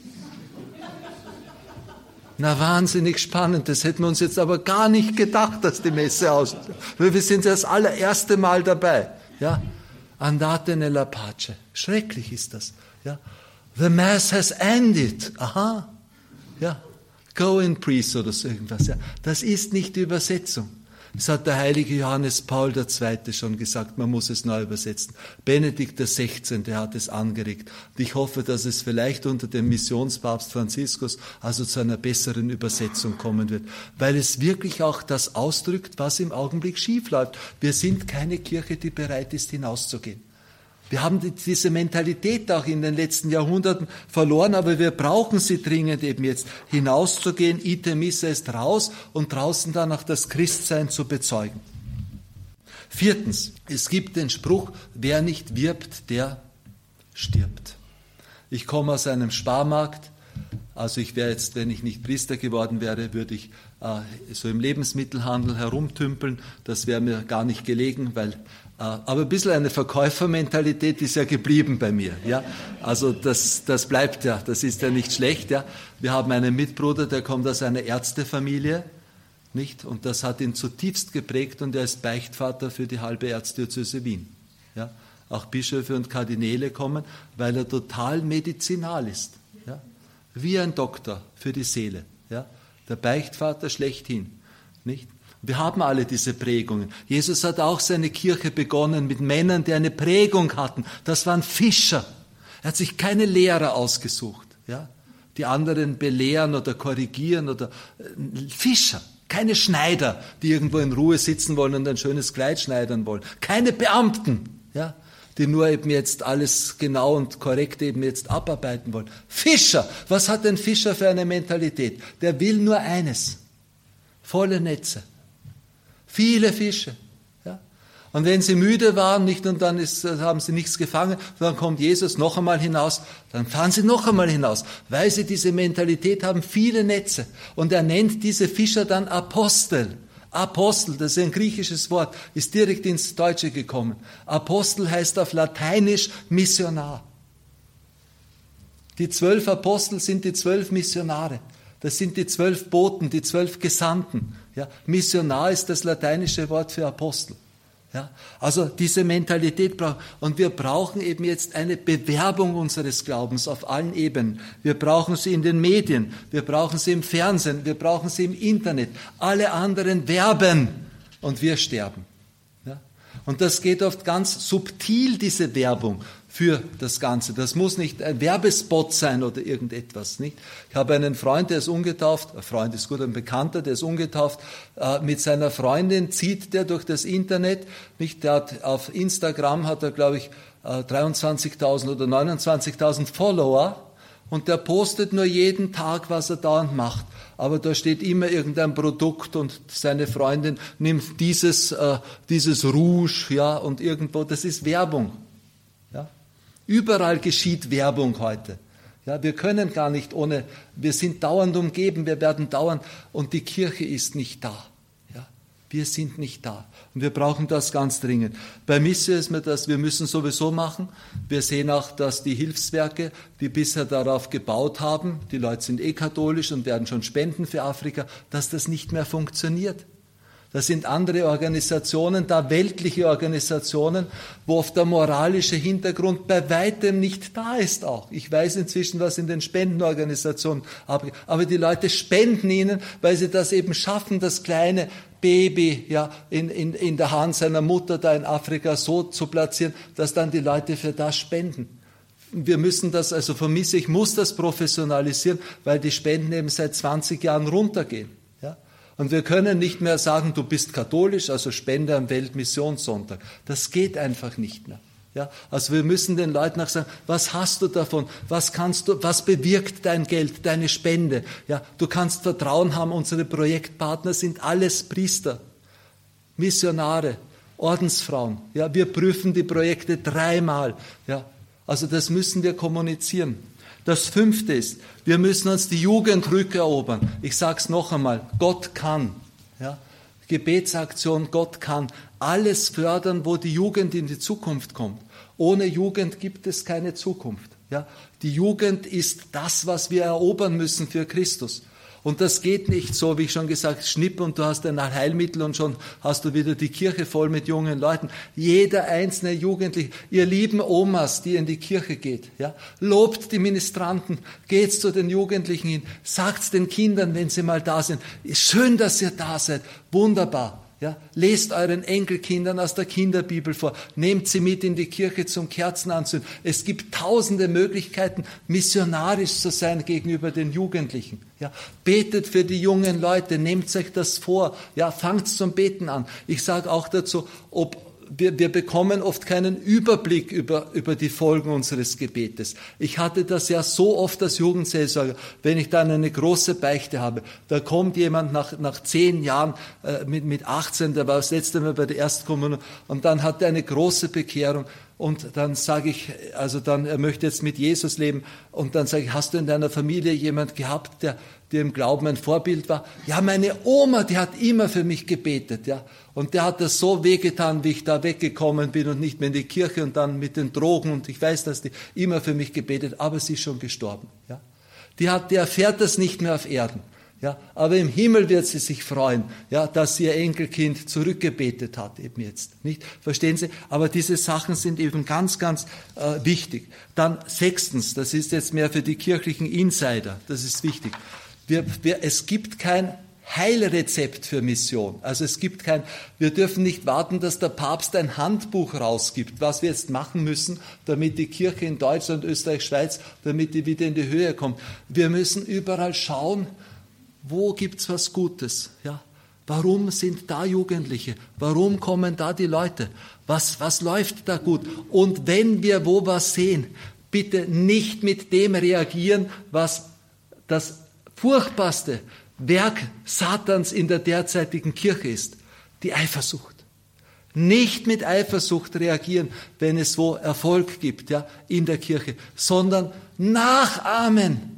Na, wahnsinnig spannend. Das hätten wir uns jetzt aber gar nicht gedacht, dass die Messe aus. Wir sind das allererste Mal dabei. Ja? Andate nella pace. Schrecklich ist das. Ja? The Mass has ended. Aha. Ja. Go in peace oder so irgendwas. Ja. Das ist nicht die Übersetzung. Das hat der heilige Johannes Paul der Zweite schon gesagt, man muss es neu übersetzen. Benedikt der Sechzehnte hat es angeregt. Und ich hoffe, dass es vielleicht unter dem Missionspapst Franziskus also zu einer besseren Übersetzung kommen wird, weil es wirklich auch das ausdrückt, was im Augenblick schief läuft. Wir sind keine Kirche, die bereit ist, hinauszugehen. Wir haben diese Mentalität auch in den letzten Jahrhunderten verloren, aber wir brauchen sie dringend eben jetzt, hinauszugehen, ite missa ist raus und draußen dann auch das Christsein zu bezeugen. Viertens, es gibt den Spruch, wer nicht wirbt, der stirbt. Ich komme aus einem Sparmarkt, also ich wäre jetzt, wenn ich nicht Priester geworden wäre, würde ich äh, so im Lebensmittelhandel herumtümpeln, das wäre mir gar nicht gelegen, weil aber ein bisschen eine Verkäufermentalität ist ja geblieben bei mir. Ja? Also das, das bleibt ja, das ist ja nicht schlecht. Ja? Wir haben einen Mitbruder, der kommt aus einer Ärztefamilie, nicht? Und das hat ihn zutiefst geprägt und er ist Beichtvater für die halbe Erzdiözese Wien. Ja? Auch Bischöfe und Kardinäle kommen, weil er total medizinal ist. Ja? Wie ein Doktor für die Seele. Ja? Der Beichtvater schlechthin. Nicht? Wir haben alle diese Prägungen. Jesus hat auch seine Kirche begonnen mit Männern, die eine Prägung hatten. Das waren Fischer. Er hat sich keine Lehrer ausgesucht, ja, die anderen belehren oder korrigieren oder Fischer. Keine Schneider, die irgendwo in Ruhe sitzen wollen und ein schönes Kleid schneidern wollen. Keine Beamten, ja, die nur eben jetzt alles genau und korrekt eben jetzt abarbeiten wollen. Fischer. Was hat ein Fischer für eine Mentalität? Der will nur eines. Volle Netze. Viele Fische. Ja. Und wenn sie müde waren, nicht, und dann ist, haben sie nichts gefangen, dann kommt Jesus noch einmal hinaus, dann fahren sie noch einmal hinaus, weil sie diese Mentalität haben, viele Netze. Und er nennt diese Fischer dann Apostel. Apostel, das ist ein griechisches Wort, ist direkt ins Deutsche gekommen. Apostel heißt auf Lateinisch Missionar. Die zwölf Apostel sind die zwölf Missionare. Das sind die zwölf Boten, die zwölf Gesandten. Ja, Missionar ist das lateinische Wort für Apostel. Ja, also diese Mentalität brauchen. Und wir brauchen eben jetzt eine Bewerbung unseres Glaubens auf allen Ebenen. Wir brauchen sie in den Medien, wir brauchen sie im Fernsehen, wir brauchen sie im Internet. Alle anderen werben und wir sterben. Ja, und das geht oft ganz subtil, diese Werbung für das Ganze. Das muss nicht ein Werbespot sein oder irgendetwas, nicht? Ich habe einen Freund, der ist ungetauft, ein Freund ist gut, ein Bekannter, der ist ungetauft, äh, mit seiner Freundin zieht der durch das Internet, nicht? Der hat auf Instagram hat er, glaube ich, äh, dreiundzwanzigtausend oder neunundzwanzigtausend Follower und der postet nur jeden Tag, was er dauernd macht. Aber da steht immer irgendein Produkt und seine Freundin nimmt dieses, äh, dieses Rouge, ja, und irgendwo, das ist Werbung. Überall geschieht Werbung heute. Ja, wir können gar nicht ohne, wir sind dauernd umgeben, wir werden dauernd, und die Kirche ist nicht da. Ja, wir sind nicht da. Und wir brauchen das ganz dringend. Bei Missio ist mir das, wir müssen sowieso machen. Wir sehen auch, dass die Hilfswerke, die bisher darauf gebaut haben, die Leute sind eh katholisch und werden schon spenden für Afrika, dass das nicht mehr funktioniert. Das sind andere Organisationen, da weltliche Organisationen, wo oft der moralische Hintergrund bei weitem nicht da ist auch. Ich weiß inzwischen, was in den Spendenorganisationen abgeht. Aber die Leute spenden ihnen, weil sie das eben schaffen, das kleine Baby ja, in, in, in der Hand seiner Mutter da in Afrika so zu platzieren, dass dann die Leute für das spenden. Wir müssen das, also vermisse, ich muss das professionalisieren, weil die Spenden eben seit zwanzig Jahren runtergehen. Und wir können nicht mehr sagen, du bist katholisch, also spende am Weltmissionssonntag. Das geht einfach nicht mehr. Ja, also wir müssen den Leuten auch sagen, was hast du davon? Was kannst du, was bewirkt dein Geld, deine Spende? Ja, du kannst Vertrauen haben, unsere Projektpartner sind alles Priester, Missionare, Ordensfrauen. Ja, wir prüfen die Projekte dreimal. Ja, also das müssen wir kommunizieren. Das Fünfte ist, wir müssen uns die Jugend rückerobern. Ich sage es noch einmal, Gott kann. Ja? Gebetsaktion, Gott kann alles fördern, wo die Jugend in die Zukunft kommt. Ohne Jugend gibt es keine Zukunft. Ja? Die Jugend ist das, was wir erobern müssen für Christus. Und das geht nicht so, wie ich schon gesagt, schnipp und du hast ein Heilmittel und schon hast du wieder die Kirche voll mit jungen Leuten. Jeder einzelne Jugendliche, ihr lieben Omas, die in die Kirche geht, ja, lobt die Ministranten, geht zu den Jugendlichen hin, sagt's den Kindern, wenn sie mal da sind, schön, dass ihr da seid, wunderbar. Ja, lest euren Enkelkindern aus der Kinderbibel vor, nehmt sie mit in die Kirche zum Kerzenanzünden. Es gibt tausende Möglichkeiten, missionarisch zu sein gegenüber den Jugendlichen. Ja, betet für die jungen Leute, nehmt euch das vor, ja, fangt zum Beten an. Ich sage auch dazu, ob Wir, wir bekommen oft keinen Überblick über, über die Folgen unseres Gebetes. Ich hatte das ja so oft als Jugendseelsorger, wenn ich dann eine große Beichte habe, da kommt jemand nach, nach zehn Jahren, äh, mit, mit achtzehn, der war das letzte Mal bei der Erstkommunion, und dann hat er eine große Bekehrung. Und dann sage ich, also dann, er möchte jetzt mit Jesus leben. Und dann sage ich, hast du in deiner Familie jemand gehabt, der dir im Glauben ein Vorbild war? Ja, meine Oma, die hat immer für mich gebetet, ja. Und der hat das so wehgetan, wie ich da weggekommen bin und nicht mehr in die Kirche und dann mit den Drogen. Und ich weiß, dass die immer für mich gebetet, aber sie ist schon gestorben, ja. Die hat, die erfährt das nicht mehr auf Erden. Ja, aber im Himmel wird sie sich freuen, ja, dass sie ihr Enkelkind zurückgebetet hat, eben jetzt, nicht? Verstehen Sie? Aber diese Sachen sind eben ganz, ganz äh, wichtig. Dann sechstens, das ist jetzt mehr für die kirchlichen Insider, das ist wichtig. Wir, wir, es gibt kein Heilrezept für Mission. Also es gibt kein, wir dürfen nicht warten, dass der Papst ein Handbuch rausgibt, was wir jetzt machen müssen, damit die Kirche in Deutschland, Österreich, Schweiz, damit die wieder in die Höhe kommt. Wir müssen überall schauen, wo gibt's was Gutes? Ja? Warum sind da Jugendliche? Warum kommen da die Leute? Was, was läuft da gut? Und wenn wir wo was sehen, bitte nicht mit dem reagieren, was das furchtbarste Werk Satans in der derzeitigen Kirche ist. Die Eifersucht. Nicht mit Eifersucht reagieren, wenn es wo Erfolg gibt, ja, in der Kirche, sondern nachahmen.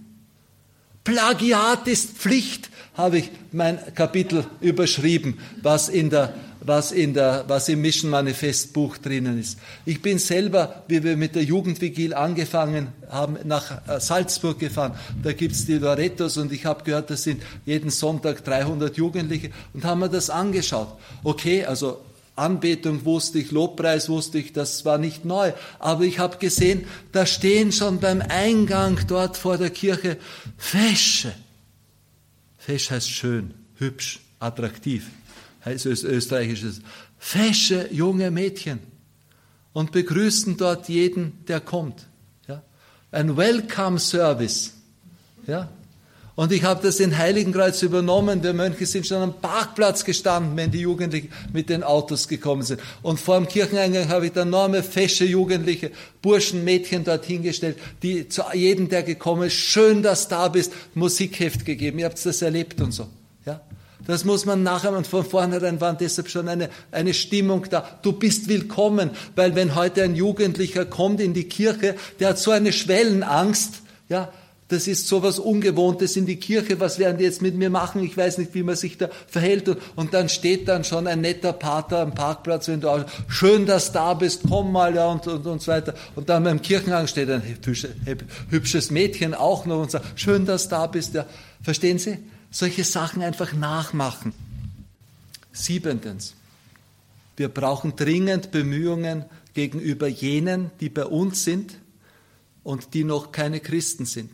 Plagiat ist Pflicht, habe ich mein Kapitel überschrieben, was in der, was in der, was im Mission Manifest Buch drinnen ist. Ich bin selber, wie wir mit der Jugendvigil angefangen haben, nach Salzburg gefahren. Da gibt's die Lorettos und ich habe gehört, das sind jeden Sonntag dreihundert Jugendliche und haben mir das angeschaut. Okay, also Anbetung wusste ich, Lobpreis wusste ich, das war nicht neu. Aber ich habe gesehen, da stehen schon beim Eingang dort vor der Kirche Fesche. Fesch heißt schön, hübsch, attraktiv, heißt österreichisches. Fesche junge Mädchen und begrüßen dort jeden, der kommt. Ja? Ein Welcome Service. Ja? Und ich habe das in Heiligenkreuz übernommen. Wir Mönche sind schon am Parkplatz gestanden, wenn die Jugendlichen mit den Autos gekommen sind. Und vor dem Kircheneingang habe ich dann enorme, fesche Jugendliche, Burschen, Mädchen dort hingestellt, die zu jedem, der gekommen ist, schön, dass du da bist, Musikheft gegeben. Ihr habt das erlebt und so. Ja? Das muss man nachher, und von vornherein war deshalb schon eine, eine Stimmung da. Du bist willkommen, weil wenn heute ein Jugendlicher kommt in die Kirche, der hat so eine Schwellenangst, ja, das ist so was Ungewohntes in die Kirche, was werden die jetzt mit mir machen? Ich weiß nicht, wie man sich da verhält. Und, und dann steht dann schon ein netter Pater am Parkplatz, wenn du auch, schön, dass du da bist, komm mal, ja, und, und, und so weiter. Und dann beim Kirchengang steht ein hübsches Mädchen auch noch und sagt, schön, dass du da bist, ja. Verstehen Sie? Solche Sachen einfach nachmachen. Siebentens. Wir brauchen dringend Bemühungen gegenüber jenen, die bei uns sind und die noch keine Christen sind.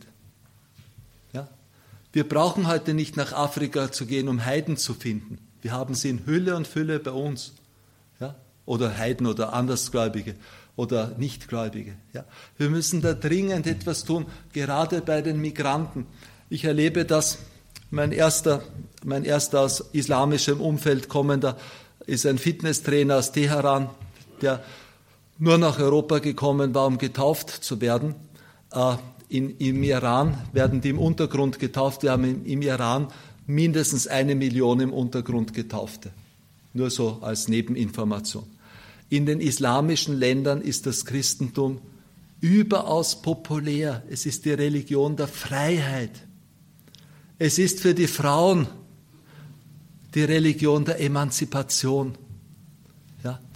Wir brauchen heute nicht nach Afrika zu gehen, um Heiden zu finden. Wir haben sie in Hülle und Fülle bei uns. Ja? Oder Heiden oder Andersgläubige oder Nichtgläubige. Ja? Wir müssen da dringend etwas tun, gerade bei den Migranten. Ich erlebe das, mein erster, mein erster aus islamischem Umfeld kommender ist ein Fitnesstrainer aus Teheran, der nur nach Europa gekommen war, um getauft zu werden. Äh, In, Im Iran werden die im Untergrund getauft. Wir haben im, im Iran mindestens eine Million im Untergrund Getaufte. Nur so als Nebeninformation. In den islamischen Ländern ist das Christentum überaus populär. Es ist die Religion der Freiheit. Es ist für die Frauen die Religion der Emanzipation. Ja?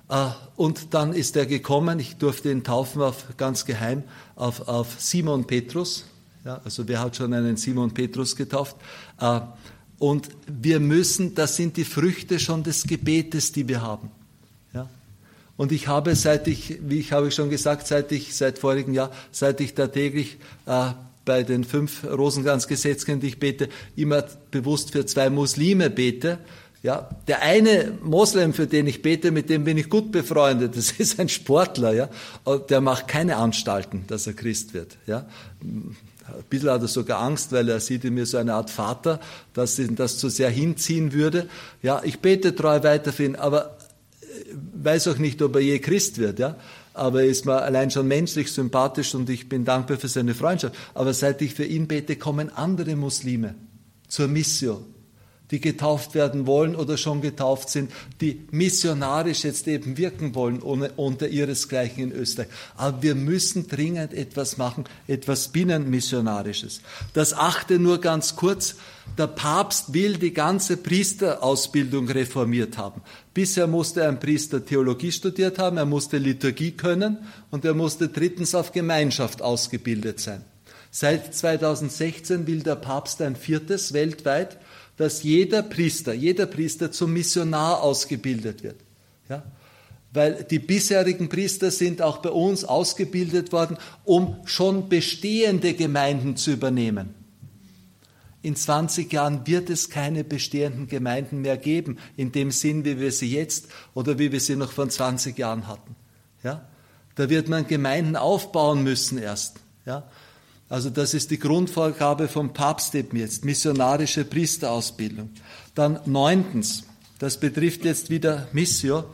Und dann ist er gekommen, ich durfte ihn taufen auf, ganz geheim, auf, auf Simon Petrus. Ja, also wer hat schon einen Simon Petrus getauft? Und wir müssen, das sind die Früchte schon des Gebetes, die wir haben. Ja. Und ich habe, seit ich, wie ich habe schon gesagt, seit ich, seit vorigem Jahr, seit ich da täglich äh, bei den fünf Rosenkranzgesetzen, die ich bete, immer bewusst für zwei Muslime bete. Ja, der eine Moslem, für den ich bete, mit dem bin ich gut befreundet. Das ist ein Sportler, ja. Der macht keine Anstalten, dass er Christ wird, ja. Ein bisschen hat er sogar Angst, weil er sieht in mir so eine Art Vater, dass ihn das zu sehr hinziehen würde. Ja, ich bete treu weiter für ihn, aber weiß auch nicht, ob er je Christ wird, ja. Aber er ist mir allein schon menschlich sympathisch und ich bin dankbar für seine Freundschaft. Aber seit ich für ihn bete, kommen andere Muslime zur Missio, die getauft werden wollen oder schon getauft sind, die missionarisch jetzt eben wirken wollen ohne, unter ihresgleichen in Österreich. Aber wir müssen dringend etwas machen, etwas Binnenmissionarisches. Das achte nur ganz kurz. Der Papst will die ganze Priesterausbildung reformiert haben. Bisher musste ein Priester Theologie studiert haben, er musste Liturgie können und er musste drittens auf Gemeinschaft ausgebildet sein. Seit zweitausendsechzehn will der Papst ein viertes weltweit, dass jeder Priester, jeder Priester zum Missionar ausgebildet wird. Ja? Weil die bisherigen Priester sind auch bei uns ausgebildet worden, um schon bestehende Gemeinden zu übernehmen. In zwanzig Jahren wird es keine bestehenden Gemeinden mehr geben, in dem Sinn, wie wir sie jetzt oder wie wir sie noch vor zwanzig Jahren hatten. Ja? Da wird man Gemeinden aufbauen müssen erst. Ja? Also das ist die Grundvorgabe vom Papst eben jetzt, missionarische Priesterausbildung. Dann neuntens, das betrifft jetzt wieder Missio,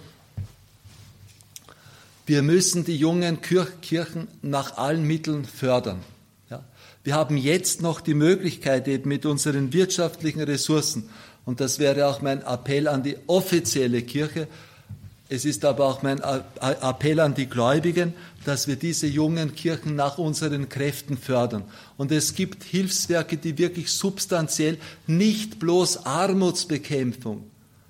wir müssen die jungen Kirchen nach allen Mitteln fördern. Ja. Wir haben jetzt noch die Möglichkeit eben mit unseren wirtschaftlichen Ressourcen, und das wäre auch mein Appell an die offizielle Kirche, es ist aber auch mein Appell an die Gläubigen, dass wir diese jungen Kirchen nach unseren Kräften fördern. Und es gibt Hilfswerke, die wirklich substanziell nicht bloß Armutsbekämpfung,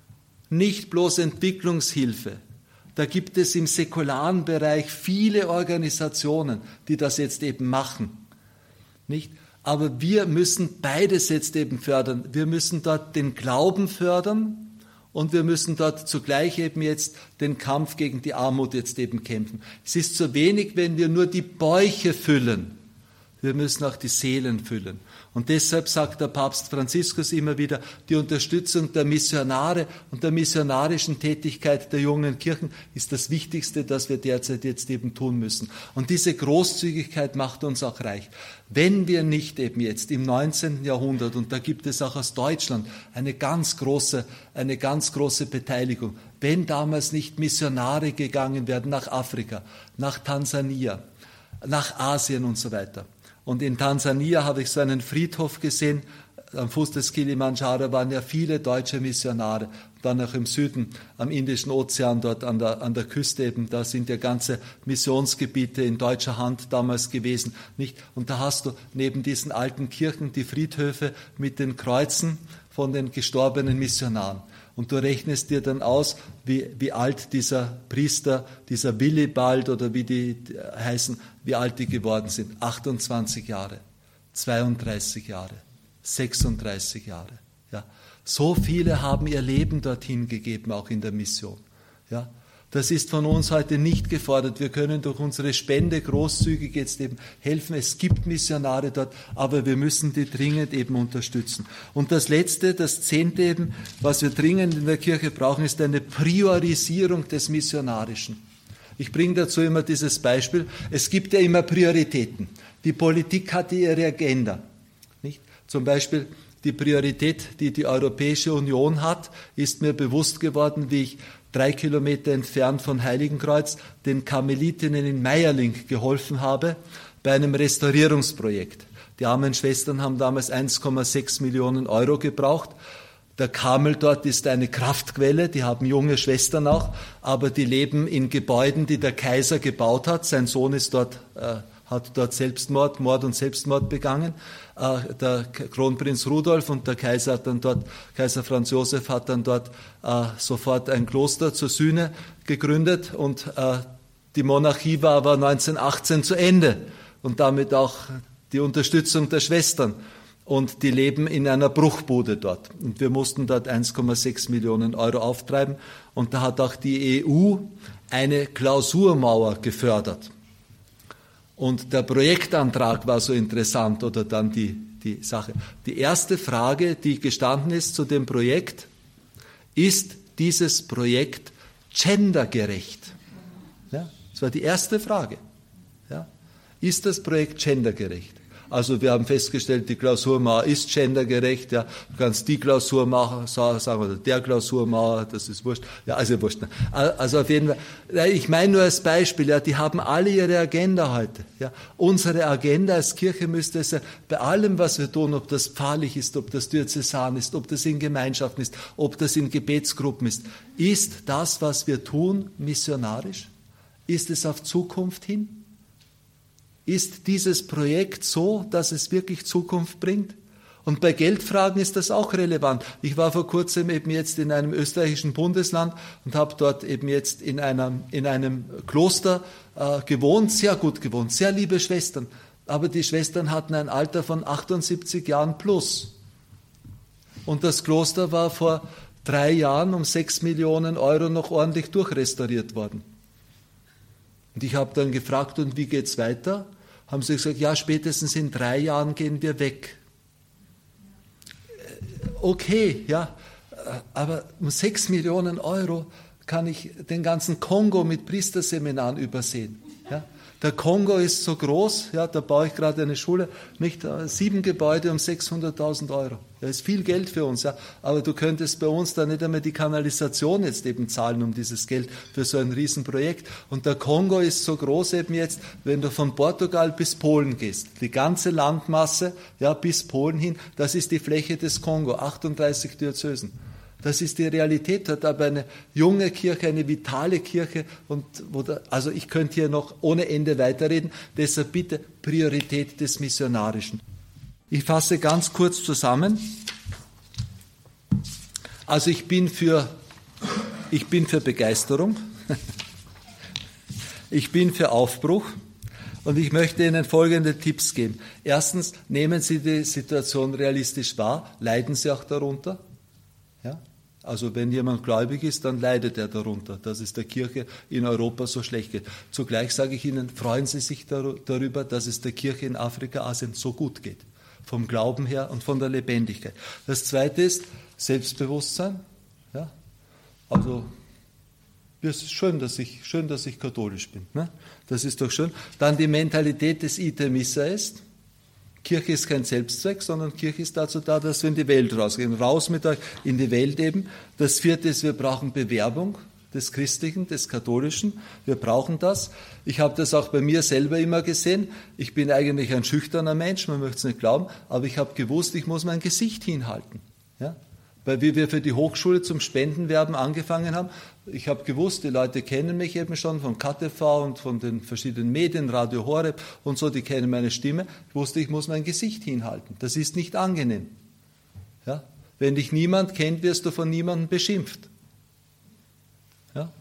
nicht bloß Entwicklungshilfe. Da gibt es im säkularen Bereich viele Organisationen, die das jetzt eben machen. Nicht? Aber wir müssen beides jetzt eben fördern. Wir müssen dort den Glauben fördern, und wir müssen dort zugleich eben jetzt den Kampf gegen die Armut jetzt eben kämpfen. Es ist zu wenig, wenn wir nur die Bäuche füllen. Wir müssen auch die Seelen füllen. Und deshalb sagt der Papst Franziskus immer wieder, die Unterstützung der Missionare und der missionarischen Tätigkeit der jungen Kirchen ist das Wichtigste, das wir derzeit jetzt eben tun müssen. Und diese Großzügigkeit macht uns auch reich. Wenn wir nicht eben jetzt im neunzehnten Jahrhundert, und da gibt es auch aus Deutschland eine ganz große, eine ganz große Beteiligung, wenn damals nicht Missionare gegangen werden nach Afrika, nach Tansania, nach Asien und so weiter. Und in Tansania habe ich so einen Friedhof gesehen, am Fuß des Kilimanjaro waren ja viele deutsche Missionare. Dann auch im Süden, am Indischen Ozean, dort an der, an der Küste eben, da sind ja ganze Missionsgebiete in deutscher Hand damals gewesen, nicht? Und da hast du neben diesen alten Kirchen die Friedhöfe mit den Kreuzen von den gestorbenen Missionaren. Und du rechnest dir dann aus, wie, wie alt dieser Priester, dieser Willibald oder wie die heißen, wie alt die geworden sind. achtundzwanzig Jahre, zweiunddreißig Jahre, sechsunddreißig Jahre. Ja. So viele haben ihr Leben dorthin gegeben, auch in der Mission. Ja. Das ist von uns heute nicht gefordert. Wir können durch unsere Spende großzügig jetzt eben helfen. Es gibt Missionare dort, aber wir müssen die dringend eben unterstützen. Und das Letzte, das Zehnte eben, was wir dringend in der Kirche brauchen, ist eine Priorisierung des Missionarischen. Ich bringe dazu immer dieses Beispiel. Es gibt ja immer Prioritäten. Die Politik hat ihre Agenda. Nicht? Zum Beispiel die Priorität, die die Europäische Union hat, ist mir bewusst geworden, wie ich drei Kilometer entfernt von Heiligenkreuz den Karmelitinnen in Meierling geholfen habe bei einem Restaurierungsprojekt. Die armen Schwestern haben damals eins Komma sechs Millionen Euro gebraucht. Der Karmel dort ist eine Kraftquelle, die haben junge Schwestern auch, aber die leben in Gebäuden, die der Kaiser gebaut hat. Sein Sohn ist dort äh, hat dort Selbstmord, Mord und Selbstmord begangen. Äh, der Kronprinz Rudolf und der Kaiser hat dann dort, Kaiser Franz Josef hat dann dort äh, sofort ein Kloster zur Sühne gegründet und äh, die Monarchie war aber neunzehnhundertachtzehn zu Ende und damit auch die Unterstützung der Schwestern. Und die leben in einer Bruchbude dort. Und wir mussten dort eins Komma sechs Millionen Euro auftreiben. Und da hat auch die E U eine Klausurmauer gefördert. Und der Projektantrag war so interessant, oder dann die, die Sache. Die erste Frage, die gestanden ist zu dem Projekt, ist dieses Projekt gendergerecht? Ja, das war die erste Frage. Ja, ist das Projekt gendergerecht? Also wir haben festgestellt, die Klausurmauer ist gendergerecht. Ja. Du kannst die Klausurmauer sagen oder der Klausurmauer, das ist wurscht. Ja, also wurscht. Also auf jeden Fall. Ich meine nur als Beispiel, ja, die haben alle ihre Agenda heute. Ja. Unsere Agenda als Kirche müsste es ja bei allem, was wir tun, ob das pfarrlich ist, ob das diözesan ist, ob das in Gemeinschaften ist, ob das in Gebetsgruppen ist, ist das, was wir tun, missionarisch? Ist es auf Zukunft hin? Ist dieses Projekt so, dass es wirklich Zukunft bringt? Und bei Geldfragen ist das auch relevant. Ich war vor kurzem eben jetzt in einem österreichischen Bundesland und habe dort eben jetzt in einem, in einem Kloster äh, gewohnt, sehr gut gewohnt, sehr liebe Schwestern. Aber die Schwestern hatten ein Alter von achtundsiebzig Jahren plus. Und das Kloster war vor drei Jahren um sechs Millionen Euro noch ordentlich durchrestauriert worden. Und ich habe dann gefragt, und wie geht's weiter? Haben sie gesagt, ja, spätestens in drei Jahren gehen wir weg. Okay, ja, aber um sechs Millionen Euro kann ich den ganzen Kongo mit Priesterseminaren übersehen. Ja? Der Kongo ist so groß, ja, da baue ich gerade eine Schule, nicht sieben Gebäude um sechshunderttausend Euro. Das ist viel Geld für uns, ja, aber du könntest bei uns da nicht einmal die Kanalisation jetzt eben zahlen um dieses Geld für so ein Riesenprojekt. Und der Kongo ist so groß eben jetzt, wenn du von Portugal bis Polen gehst, die ganze Landmasse, ja, bis Polen hin, das ist die Fläche des Kongo, achtunddreißig Diözesen. Das ist die Realität, hat aber eine junge Kirche, eine vitale Kirche. Und wo da, also ich könnte hier noch ohne Ende weiterreden. Deshalb bitte Priorität des Missionarischen. Ich fasse ganz kurz zusammen. Also ich bin für, ich bin für Begeisterung. Ich bin für Aufbruch. Und ich möchte Ihnen folgende Tipps geben. Erstens, nehmen Sie die Situation realistisch wahr. Leiden Sie auch darunter? Ja? Also wenn jemand gläubig ist, dann leidet er darunter, dass es der Kirche in Europa so schlecht geht. Zugleich sage ich Ihnen, freuen Sie sich darüber, dass es der Kirche in Afrika, Asien so gut geht. Vom Glauben her und von der Lebendigkeit. Das Zweite ist Selbstbewusstsein. Ja? Also es ist schön, dass ich, schön, dass ich katholisch bin. Ne? Das ist doch schön. Dann die Mentalität des Ite Missa ist. Kirche ist kein Selbstzweck, sondern Kirche ist dazu da, dass wir in die Welt rausgehen. Raus mit euch in die Welt eben. Das Vierte ist, wir brauchen Bewerbung des Christlichen, des Katholischen. Wir brauchen das. Ich habe das auch bei mir selber immer gesehen. Ich bin eigentlich ein schüchterner Mensch, man möchte es nicht glauben, aber ich habe gewusst, ich muss mein Gesicht hinhalten. Ja? Weil wie wir für die Hochschule zum Spendenwerben angefangen haben, ich habe gewusst, die Leute kennen mich eben schon von K T V und von den verschiedenen Medien, Radio Horeb und so, die kennen meine Stimme. Ich wusste, ich muss mein Gesicht hinhalten. Das ist nicht angenehm. Ja? Wenn dich niemand kennt, wirst du von niemandem beschimpft. Ja?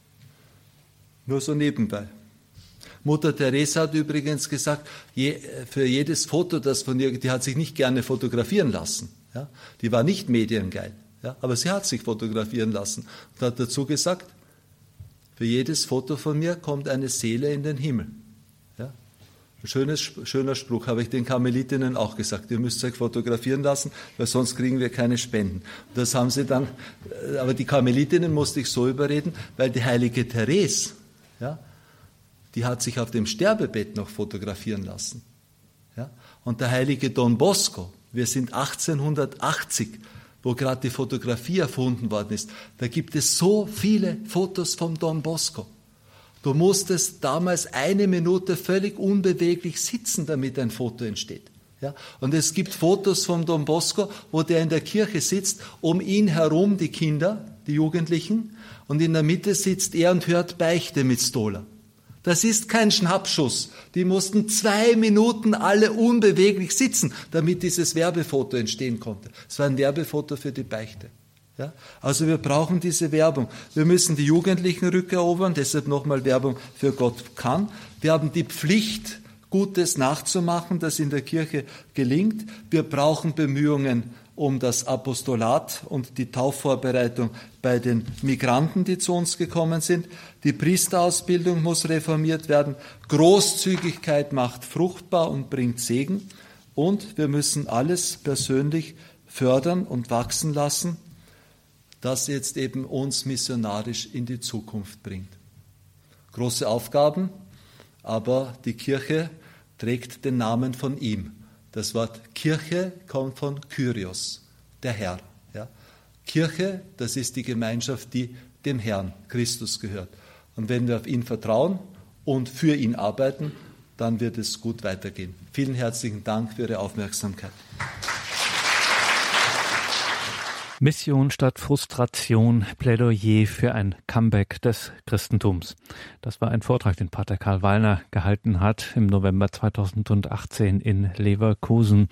Nur so nebenbei. Mutter Teresa hat übrigens gesagt, je, für jedes Foto, das von ihr, die hat sich nicht gerne fotografieren lassen. Ja, die war nicht mediengeil, ja, aber sie hat sich fotografieren lassen und hat dazu gesagt, für jedes Foto von mir kommt eine Seele in den Himmel. Ja, ein schönes, schöner Spruch, habe ich den Karmelitinnen auch gesagt, ihr müsst euch fotografieren lassen, weil sonst kriegen wir keine Spenden. Und das haben sie dann, aber die Karmelitinnen musste ich so überreden, weil die heilige Therese, ja, die hat sich auf dem Sterbebett noch fotografieren lassen. Ja, und der heilige Don Bosco, wir sind achtzehnhundertachtzig, wo gerade die Fotografie erfunden worden ist. Da gibt es so viele Fotos vom Don Bosco. Du musstest damals eine Minute völlig unbeweglich sitzen, damit ein Foto entsteht. Ja? Und es gibt Fotos vom Don Bosco, wo der in der Kirche sitzt, um ihn herum die Kinder, die Jugendlichen, und in der Mitte sitzt er und hört Beichte mit Stola. Das ist kein Schnappschuss. Die mussten zwei Minuten alle unbeweglich sitzen, damit dieses Werbefoto entstehen konnte. Es war ein Werbefoto für die Beichte. Ja? Also wir brauchen diese Werbung. Wir müssen die Jugendlichen rückerobern, deshalb nochmal Werbung für Gott kann. Wir haben die Pflicht, Gutes nachzumachen, das in der Kirche gelingt. Wir brauchen Bemühungen um das Apostolat und die Taufvorbereitung bei den Migranten, die zu uns gekommen sind. Die Priesterausbildung muss reformiert werden. Großzügigkeit macht fruchtbar und bringt Segen. Und wir müssen alles persönlich fördern und wachsen lassen, das jetzt eben uns missionarisch in die Zukunft bringt. Große Aufgaben, aber die Kirche trägt den Namen von ihm. Das Wort Kirche kommt von Kyrios, der Herr. Ja? Kirche, das ist die Gemeinschaft, die dem Herrn, Christus, gehört. Und wenn wir auf ihn vertrauen und für ihn arbeiten, dann wird es gut weitergehen. Vielen herzlichen Dank für Ihre Aufmerksamkeit. Mission statt Frustration, Plädoyer für ein Comeback des Christentums. Das war ein Vortrag, den Pater Karl Wallner gehalten hat im November zweitausendachtzehn in Leverkusen.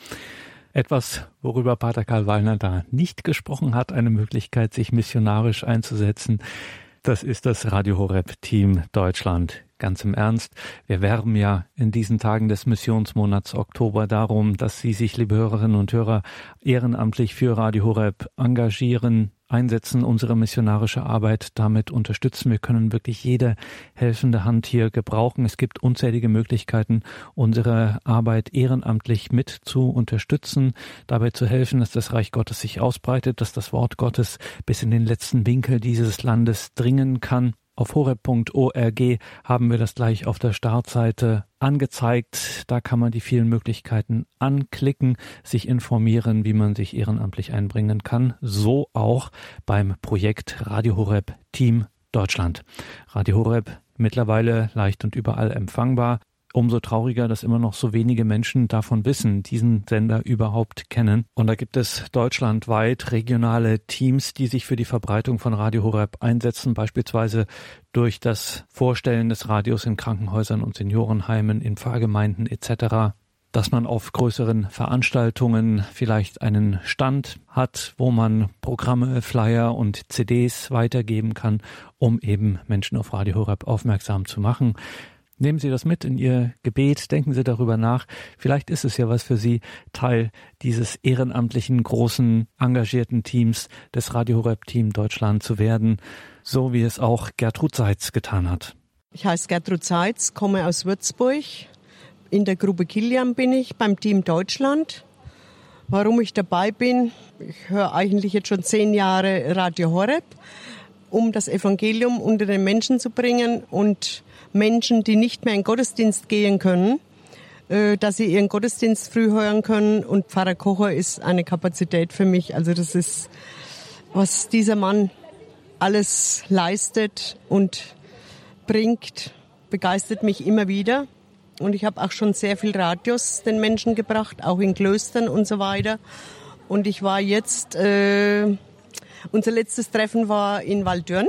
Etwas, worüber Pater Karl Wallner da nicht gesprochen hat, eine Möglichkeit, sich missionarisch einzusetzen, das ist das Radio Horeb Team Deutschland. Ganz im Ernst, wir werben ja in diesen Tagen des Missionsmonats Oktober darum, dass Sie sich, liebe Hörerinnen und Hörer, ehrenamtlich für Radio Horeb engagieren, einsetzen, unsere missionarische Arbeit damit unterstützen. Wir können wirklich jede helfende Hand hier gebrauchen. Es gibt unzählige Möglichkeiten, unsere Arbeit ehrenamtlich mit zu unterstützen, dabei zu helfen, dass das Reich Gottes sich ausbreitet, dass das Wort Gottes bis in den letzten Winkel dieses Landes dringen kann. Auf horeb punkt org haben wir das gleich auf der Startseite angezeigt. Da kann man die vielen Möglichkeiten anklicken, sich informieren, wie man sich ehrenamtlich einbringen kann. So auch beim Projekt Radio Horeb Team Deutschland. Radio Horeb mittlerweile leicht und überall empfangbar. Umso trauriger, dass immer noch so wenige Menschen davon wissen, diesen Sender überhaupt kennen. Und da gibt es deutschlandweit regionale Teams, die sich für die Verbreitung von Radio Horeb einsetzen, beispielsweise durch das Vorstellen des Radios in Krankenhäusern und Seniorenheimen, in Pfarrgemeinden et cetera, dass man auf größeren Veranstaltungen vielleicht einen Stand hat, wo man Programme, Flyer und C Ds weitergeben kann, um eben Menschen auf Radio Horeb aufmerksam zu machen. Nehmen Sie das mit in Ihr Gebet, denken Sie darüber nach. Vielleicht ist es ja was für Sie, Teil dieses ehrenamtlichen, großen, engagierten Teams des Radio Horeb Team Deutschland zu werden, so wie es auch Gertrud Seitz getan hat. Ich heiße Gertrud Seitz, komme aus Würzburg. In der Gruppe Kilian bin ich beim Team Deutschland. Warum ich dabei bin? Ich höre eigentlich jetzt schon zehn Jahre Radio Horeb, um das Evangelium unter den Menschen zu bringen und Menschen, die nicht mehr in den Gottesdienst gehen können, dass sie ihren Gottesdienst früh hören können. Und Pfarrer Kocher ist eine Kapazität für mich. Also das ist, was dieser Mann alles leistet und bringt, begeistert mich immer wieder. Und ich habe auch schon sehr viel Radios den Menschen gebracht, auch in Klöstern und so weiter. Und ich war jetzt, äh, unser letztes Treffen war in Waldürn.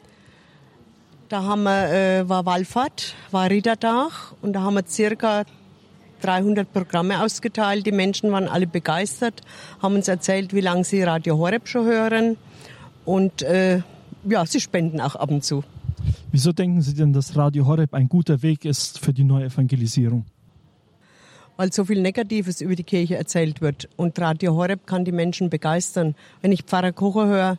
Da haben wir, äh, war Wallfahrt, war Rittertag und da haben wir circa dreihundert Programme ausgeteilt. Die Menschen waren alle begeistert, haben uns erzählt, wie lange sie Radio Horeb schon hören und äh, ja, sie spenden auch ab und zu. Wieso denken Sie denn, dass Radio Horeb ein guter Weg ist für die Neuevangelisierung? Weil so viel Negatives über die Kirche erzählt wird und Radio Horeb kann die Menschen begeistern. Wenn ich Pfarrer Kocher höre,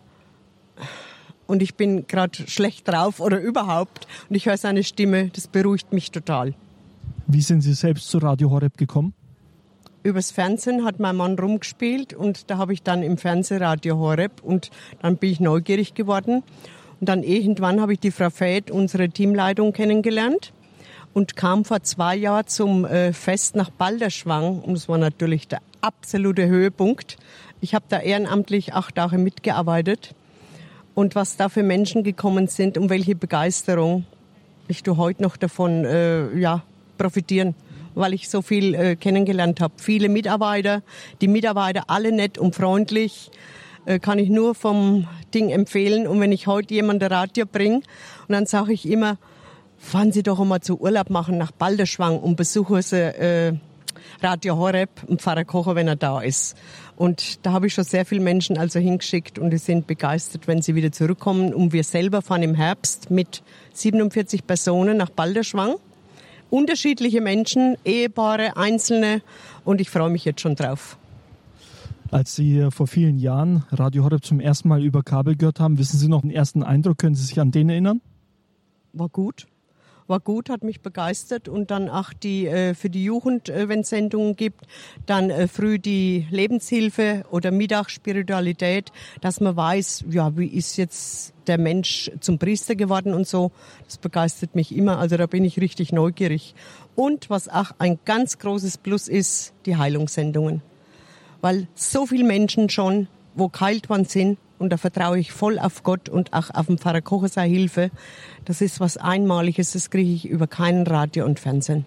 und ich bin gerade schlecht drauf oder überhaupt und ich höre seine Stimme, das beruhigt mich total. Wie sind Sie selbst zu Radio Horeb gekommen? Übers Fernsehen hat mein Mann rumgespielt und da habe ich dann im Fernsehen Radio Horeb und dann bin ich neugierig geworden. Und dann irgendwann habe ich die Frau Fäth, unsere Teamleitung, kennengelernt und kam vor zwei Jahren zum äh, Fest nach Balderschwang und das war natürlich der absolute Höhepunkt. Ich habe da ehrenamtlich acht Tage mitgearbeitet. Und was da für Menschen gekommen sind und welche Begeisterung. Ich tue heute noch davon äh, ja, profitieren, weil ich so viel äh, kennengelernt habe. Viele Mitarbeiter, die Mitarbeiter alle nett und freundlich, äh, kann ich nur vom Ding empfehlen. Und wenn ich heute jemanden Radio bringe, und dann sage ich immer, fahren Sie doch einmal zu Urlaub machen nach Balderschwang und besuchen Sie äh, Radio Horeb und Pfarrer Kocher, wenn er da ist. Und da habe ich schon sehr viele Menschen also hingeschickt und die sind begeistert, wenn sie wieder zurückkommen. Und wir selber fahren im Herbst mit siebenundvierzig Personen nach Balderschwang. Unterschiedliche Menschen, Ehepaare, Einzelne, und ich freue mich jetzt schon drauf. Als Sie vor vielen Jahren Radio Horeb zum ersten Mal über Kabel gehört haben, wissen Sie noch den ersten Eindruck? Können Sie sich an den erinnern? War gut. War gut, hat mich begeistert. Und dann auch die äh, für die Jugend, äh, wenn es Sendungen gibt, dann äh, früh die Lebenshilfe oder Mittagsspiritualität, dass man weiß, ja, wie ist jetzt der Mensch zum Priester geworden und so. Das begeistert mich immer. Also da bin ich richtig neugierig. Und was auch ein ganz großes Plus ist, die Heilungssendungen. Weil so viele Menschen schon, wo geheilt worden sind, und da vertraue ich voll auf Gott und auch auf den Pfarrer Kocher seine Hilfe. Das ist was Einmaliges, das kriege ich über keinen Radio und Fernsehen.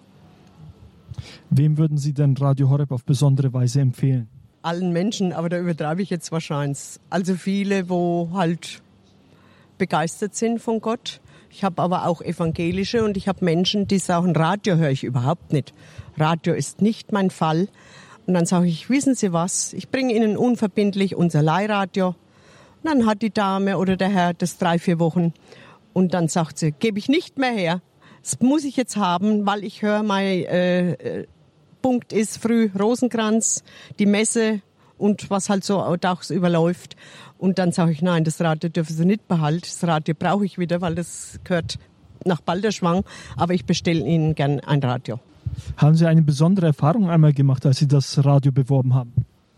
Wem würden Sie denn Radio Horeb auf besondere Weise empfehlen? Allen Menschen, aber da übertreibe ich jetzt wahrscheinlich. Also viele, wo halt begeistert sind von Gott. Ich habe aber auch evangelische und ich habe Menschen, die sagen, Radio höre ich überhaupt nicht. Radio ist nicht mein Fall. Und dann sage ich, wissen Sie was, ich bringe Ihnen unverbindlich unser Leihradio. Und dann hat die Dame oder der Herr das drei, vier Wochen. Und dann sagt sie, gebe ich nicht mehr her. Das muss ich jetzt haben, weil ich höre, mein äh, Punkt ist früh Rosenkranz, die Messe und was halt so tagsüber läuft. Und dann sage ich, nein, das Radio dürfen Sie nicht behalten. Das Radio brauche ich wieder, weil das gehört nach Balderschwang. Aber ich bestelle Ihnen gern ein Radio. Haben Sie eine besondere Erfahrung einmal gemacht, als Sie das Radio beworben haben?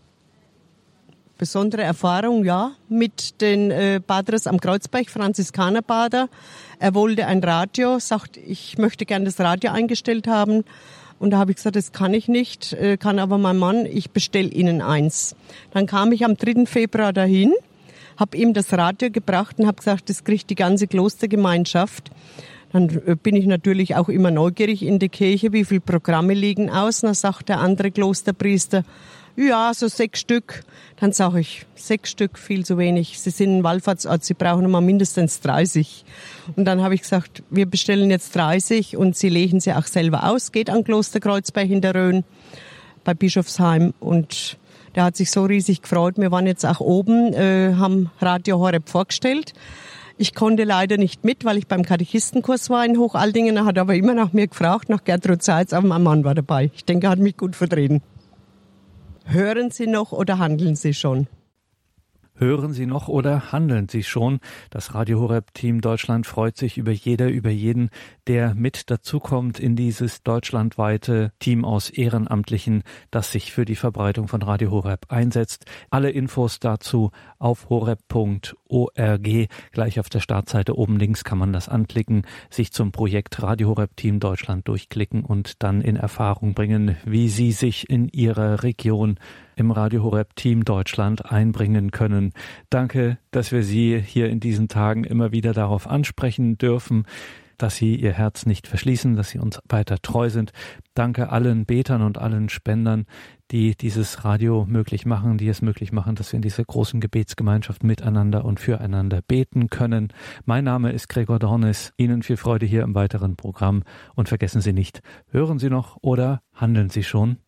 Besondere Erfahrung, ja, mit den äh, Padres am Kreuzberg, Franziskanerpader. Er wollte ein Radio, sagt, ich möchte gerne das Radio eingestellt haben. Und da habe ich gesagt, das kann ich nicht, äh, kann aber mein Mann, ich bestelle Ihnen eins. Dann kam ich am dritten Februar dahin, habe ihm das Radio gebracht und habe gesagt, das kriegt die ganze Klostergemeinschaft. Dann bin ich natürlich auch immer neugierig in der Kirche, wie viele Programme liegen aus. Und dann sagt der andere Klosterpriester, ja, so sechs Stück. Dann sage ich, sechs Stück, viel zu wenig. Sie sind ein Wallfahrtsort, Sie brauchen immer mindestens dreißig. Und dann habe ich gesagt, wir bestellen jetzt dreißig und Sie legen sie auch selber aus. Geht an Kloster Kreuzberg in der Rhön bei Bischofsheim. Und der hat sich so riesig gefreut. Wir waren jetzt auch oben, äh, haben Radio Horeb vorgestellt. Ich konnte leider nicht mit, weil ich beim Katechistenkurs war in Hochaltingen. Er hat aber immer nach mir gefragt, nach Gertrud Seitz, aber mein Mann war dabei. Ich denke, er hat mich gut vertreten. Hören Sie noch oder handeln Sie schon? Hören Sie noch oder handeln Sie schon? Das Radio Horeb Team Deutschland freut sich über jeder, über jeden, der mit dazukommt in dieses deutschlandweite Team aus Ehrenamtlichen, das sich für die Verbreitung von Radio Horeb einsetzt. Alle Infos dazu auf horeb punkt org. Gleich auf der Startseite oben links kann man das anklicken, sich zum Projekt Radio Horeb Team Deutschland durchklicken und dann in Erfahrung bringen, wie Sie sich in Ihrer Region im Radio Horeb Team Deutschland einbringen können. Danke, dass wir Sie hier in diesen Tagen immer wieder darauf ansprechen dürfen, dass Sie Ihr Herz nicht verschließen, dass Sie uns weiter treu sind. Danke allen Betern und allen Spendern, die dieses Radio möglich machen, die es möglich machen, dass wir in dieser großen Gebetsgemeinschaft miteinander und füreinander beten können. Mein Name ist Gregor Dornis. Ihnen viel Freude hier im weiteren Programm und vergessen Sie nicht, hören Sie noch oder handeln Sie schon?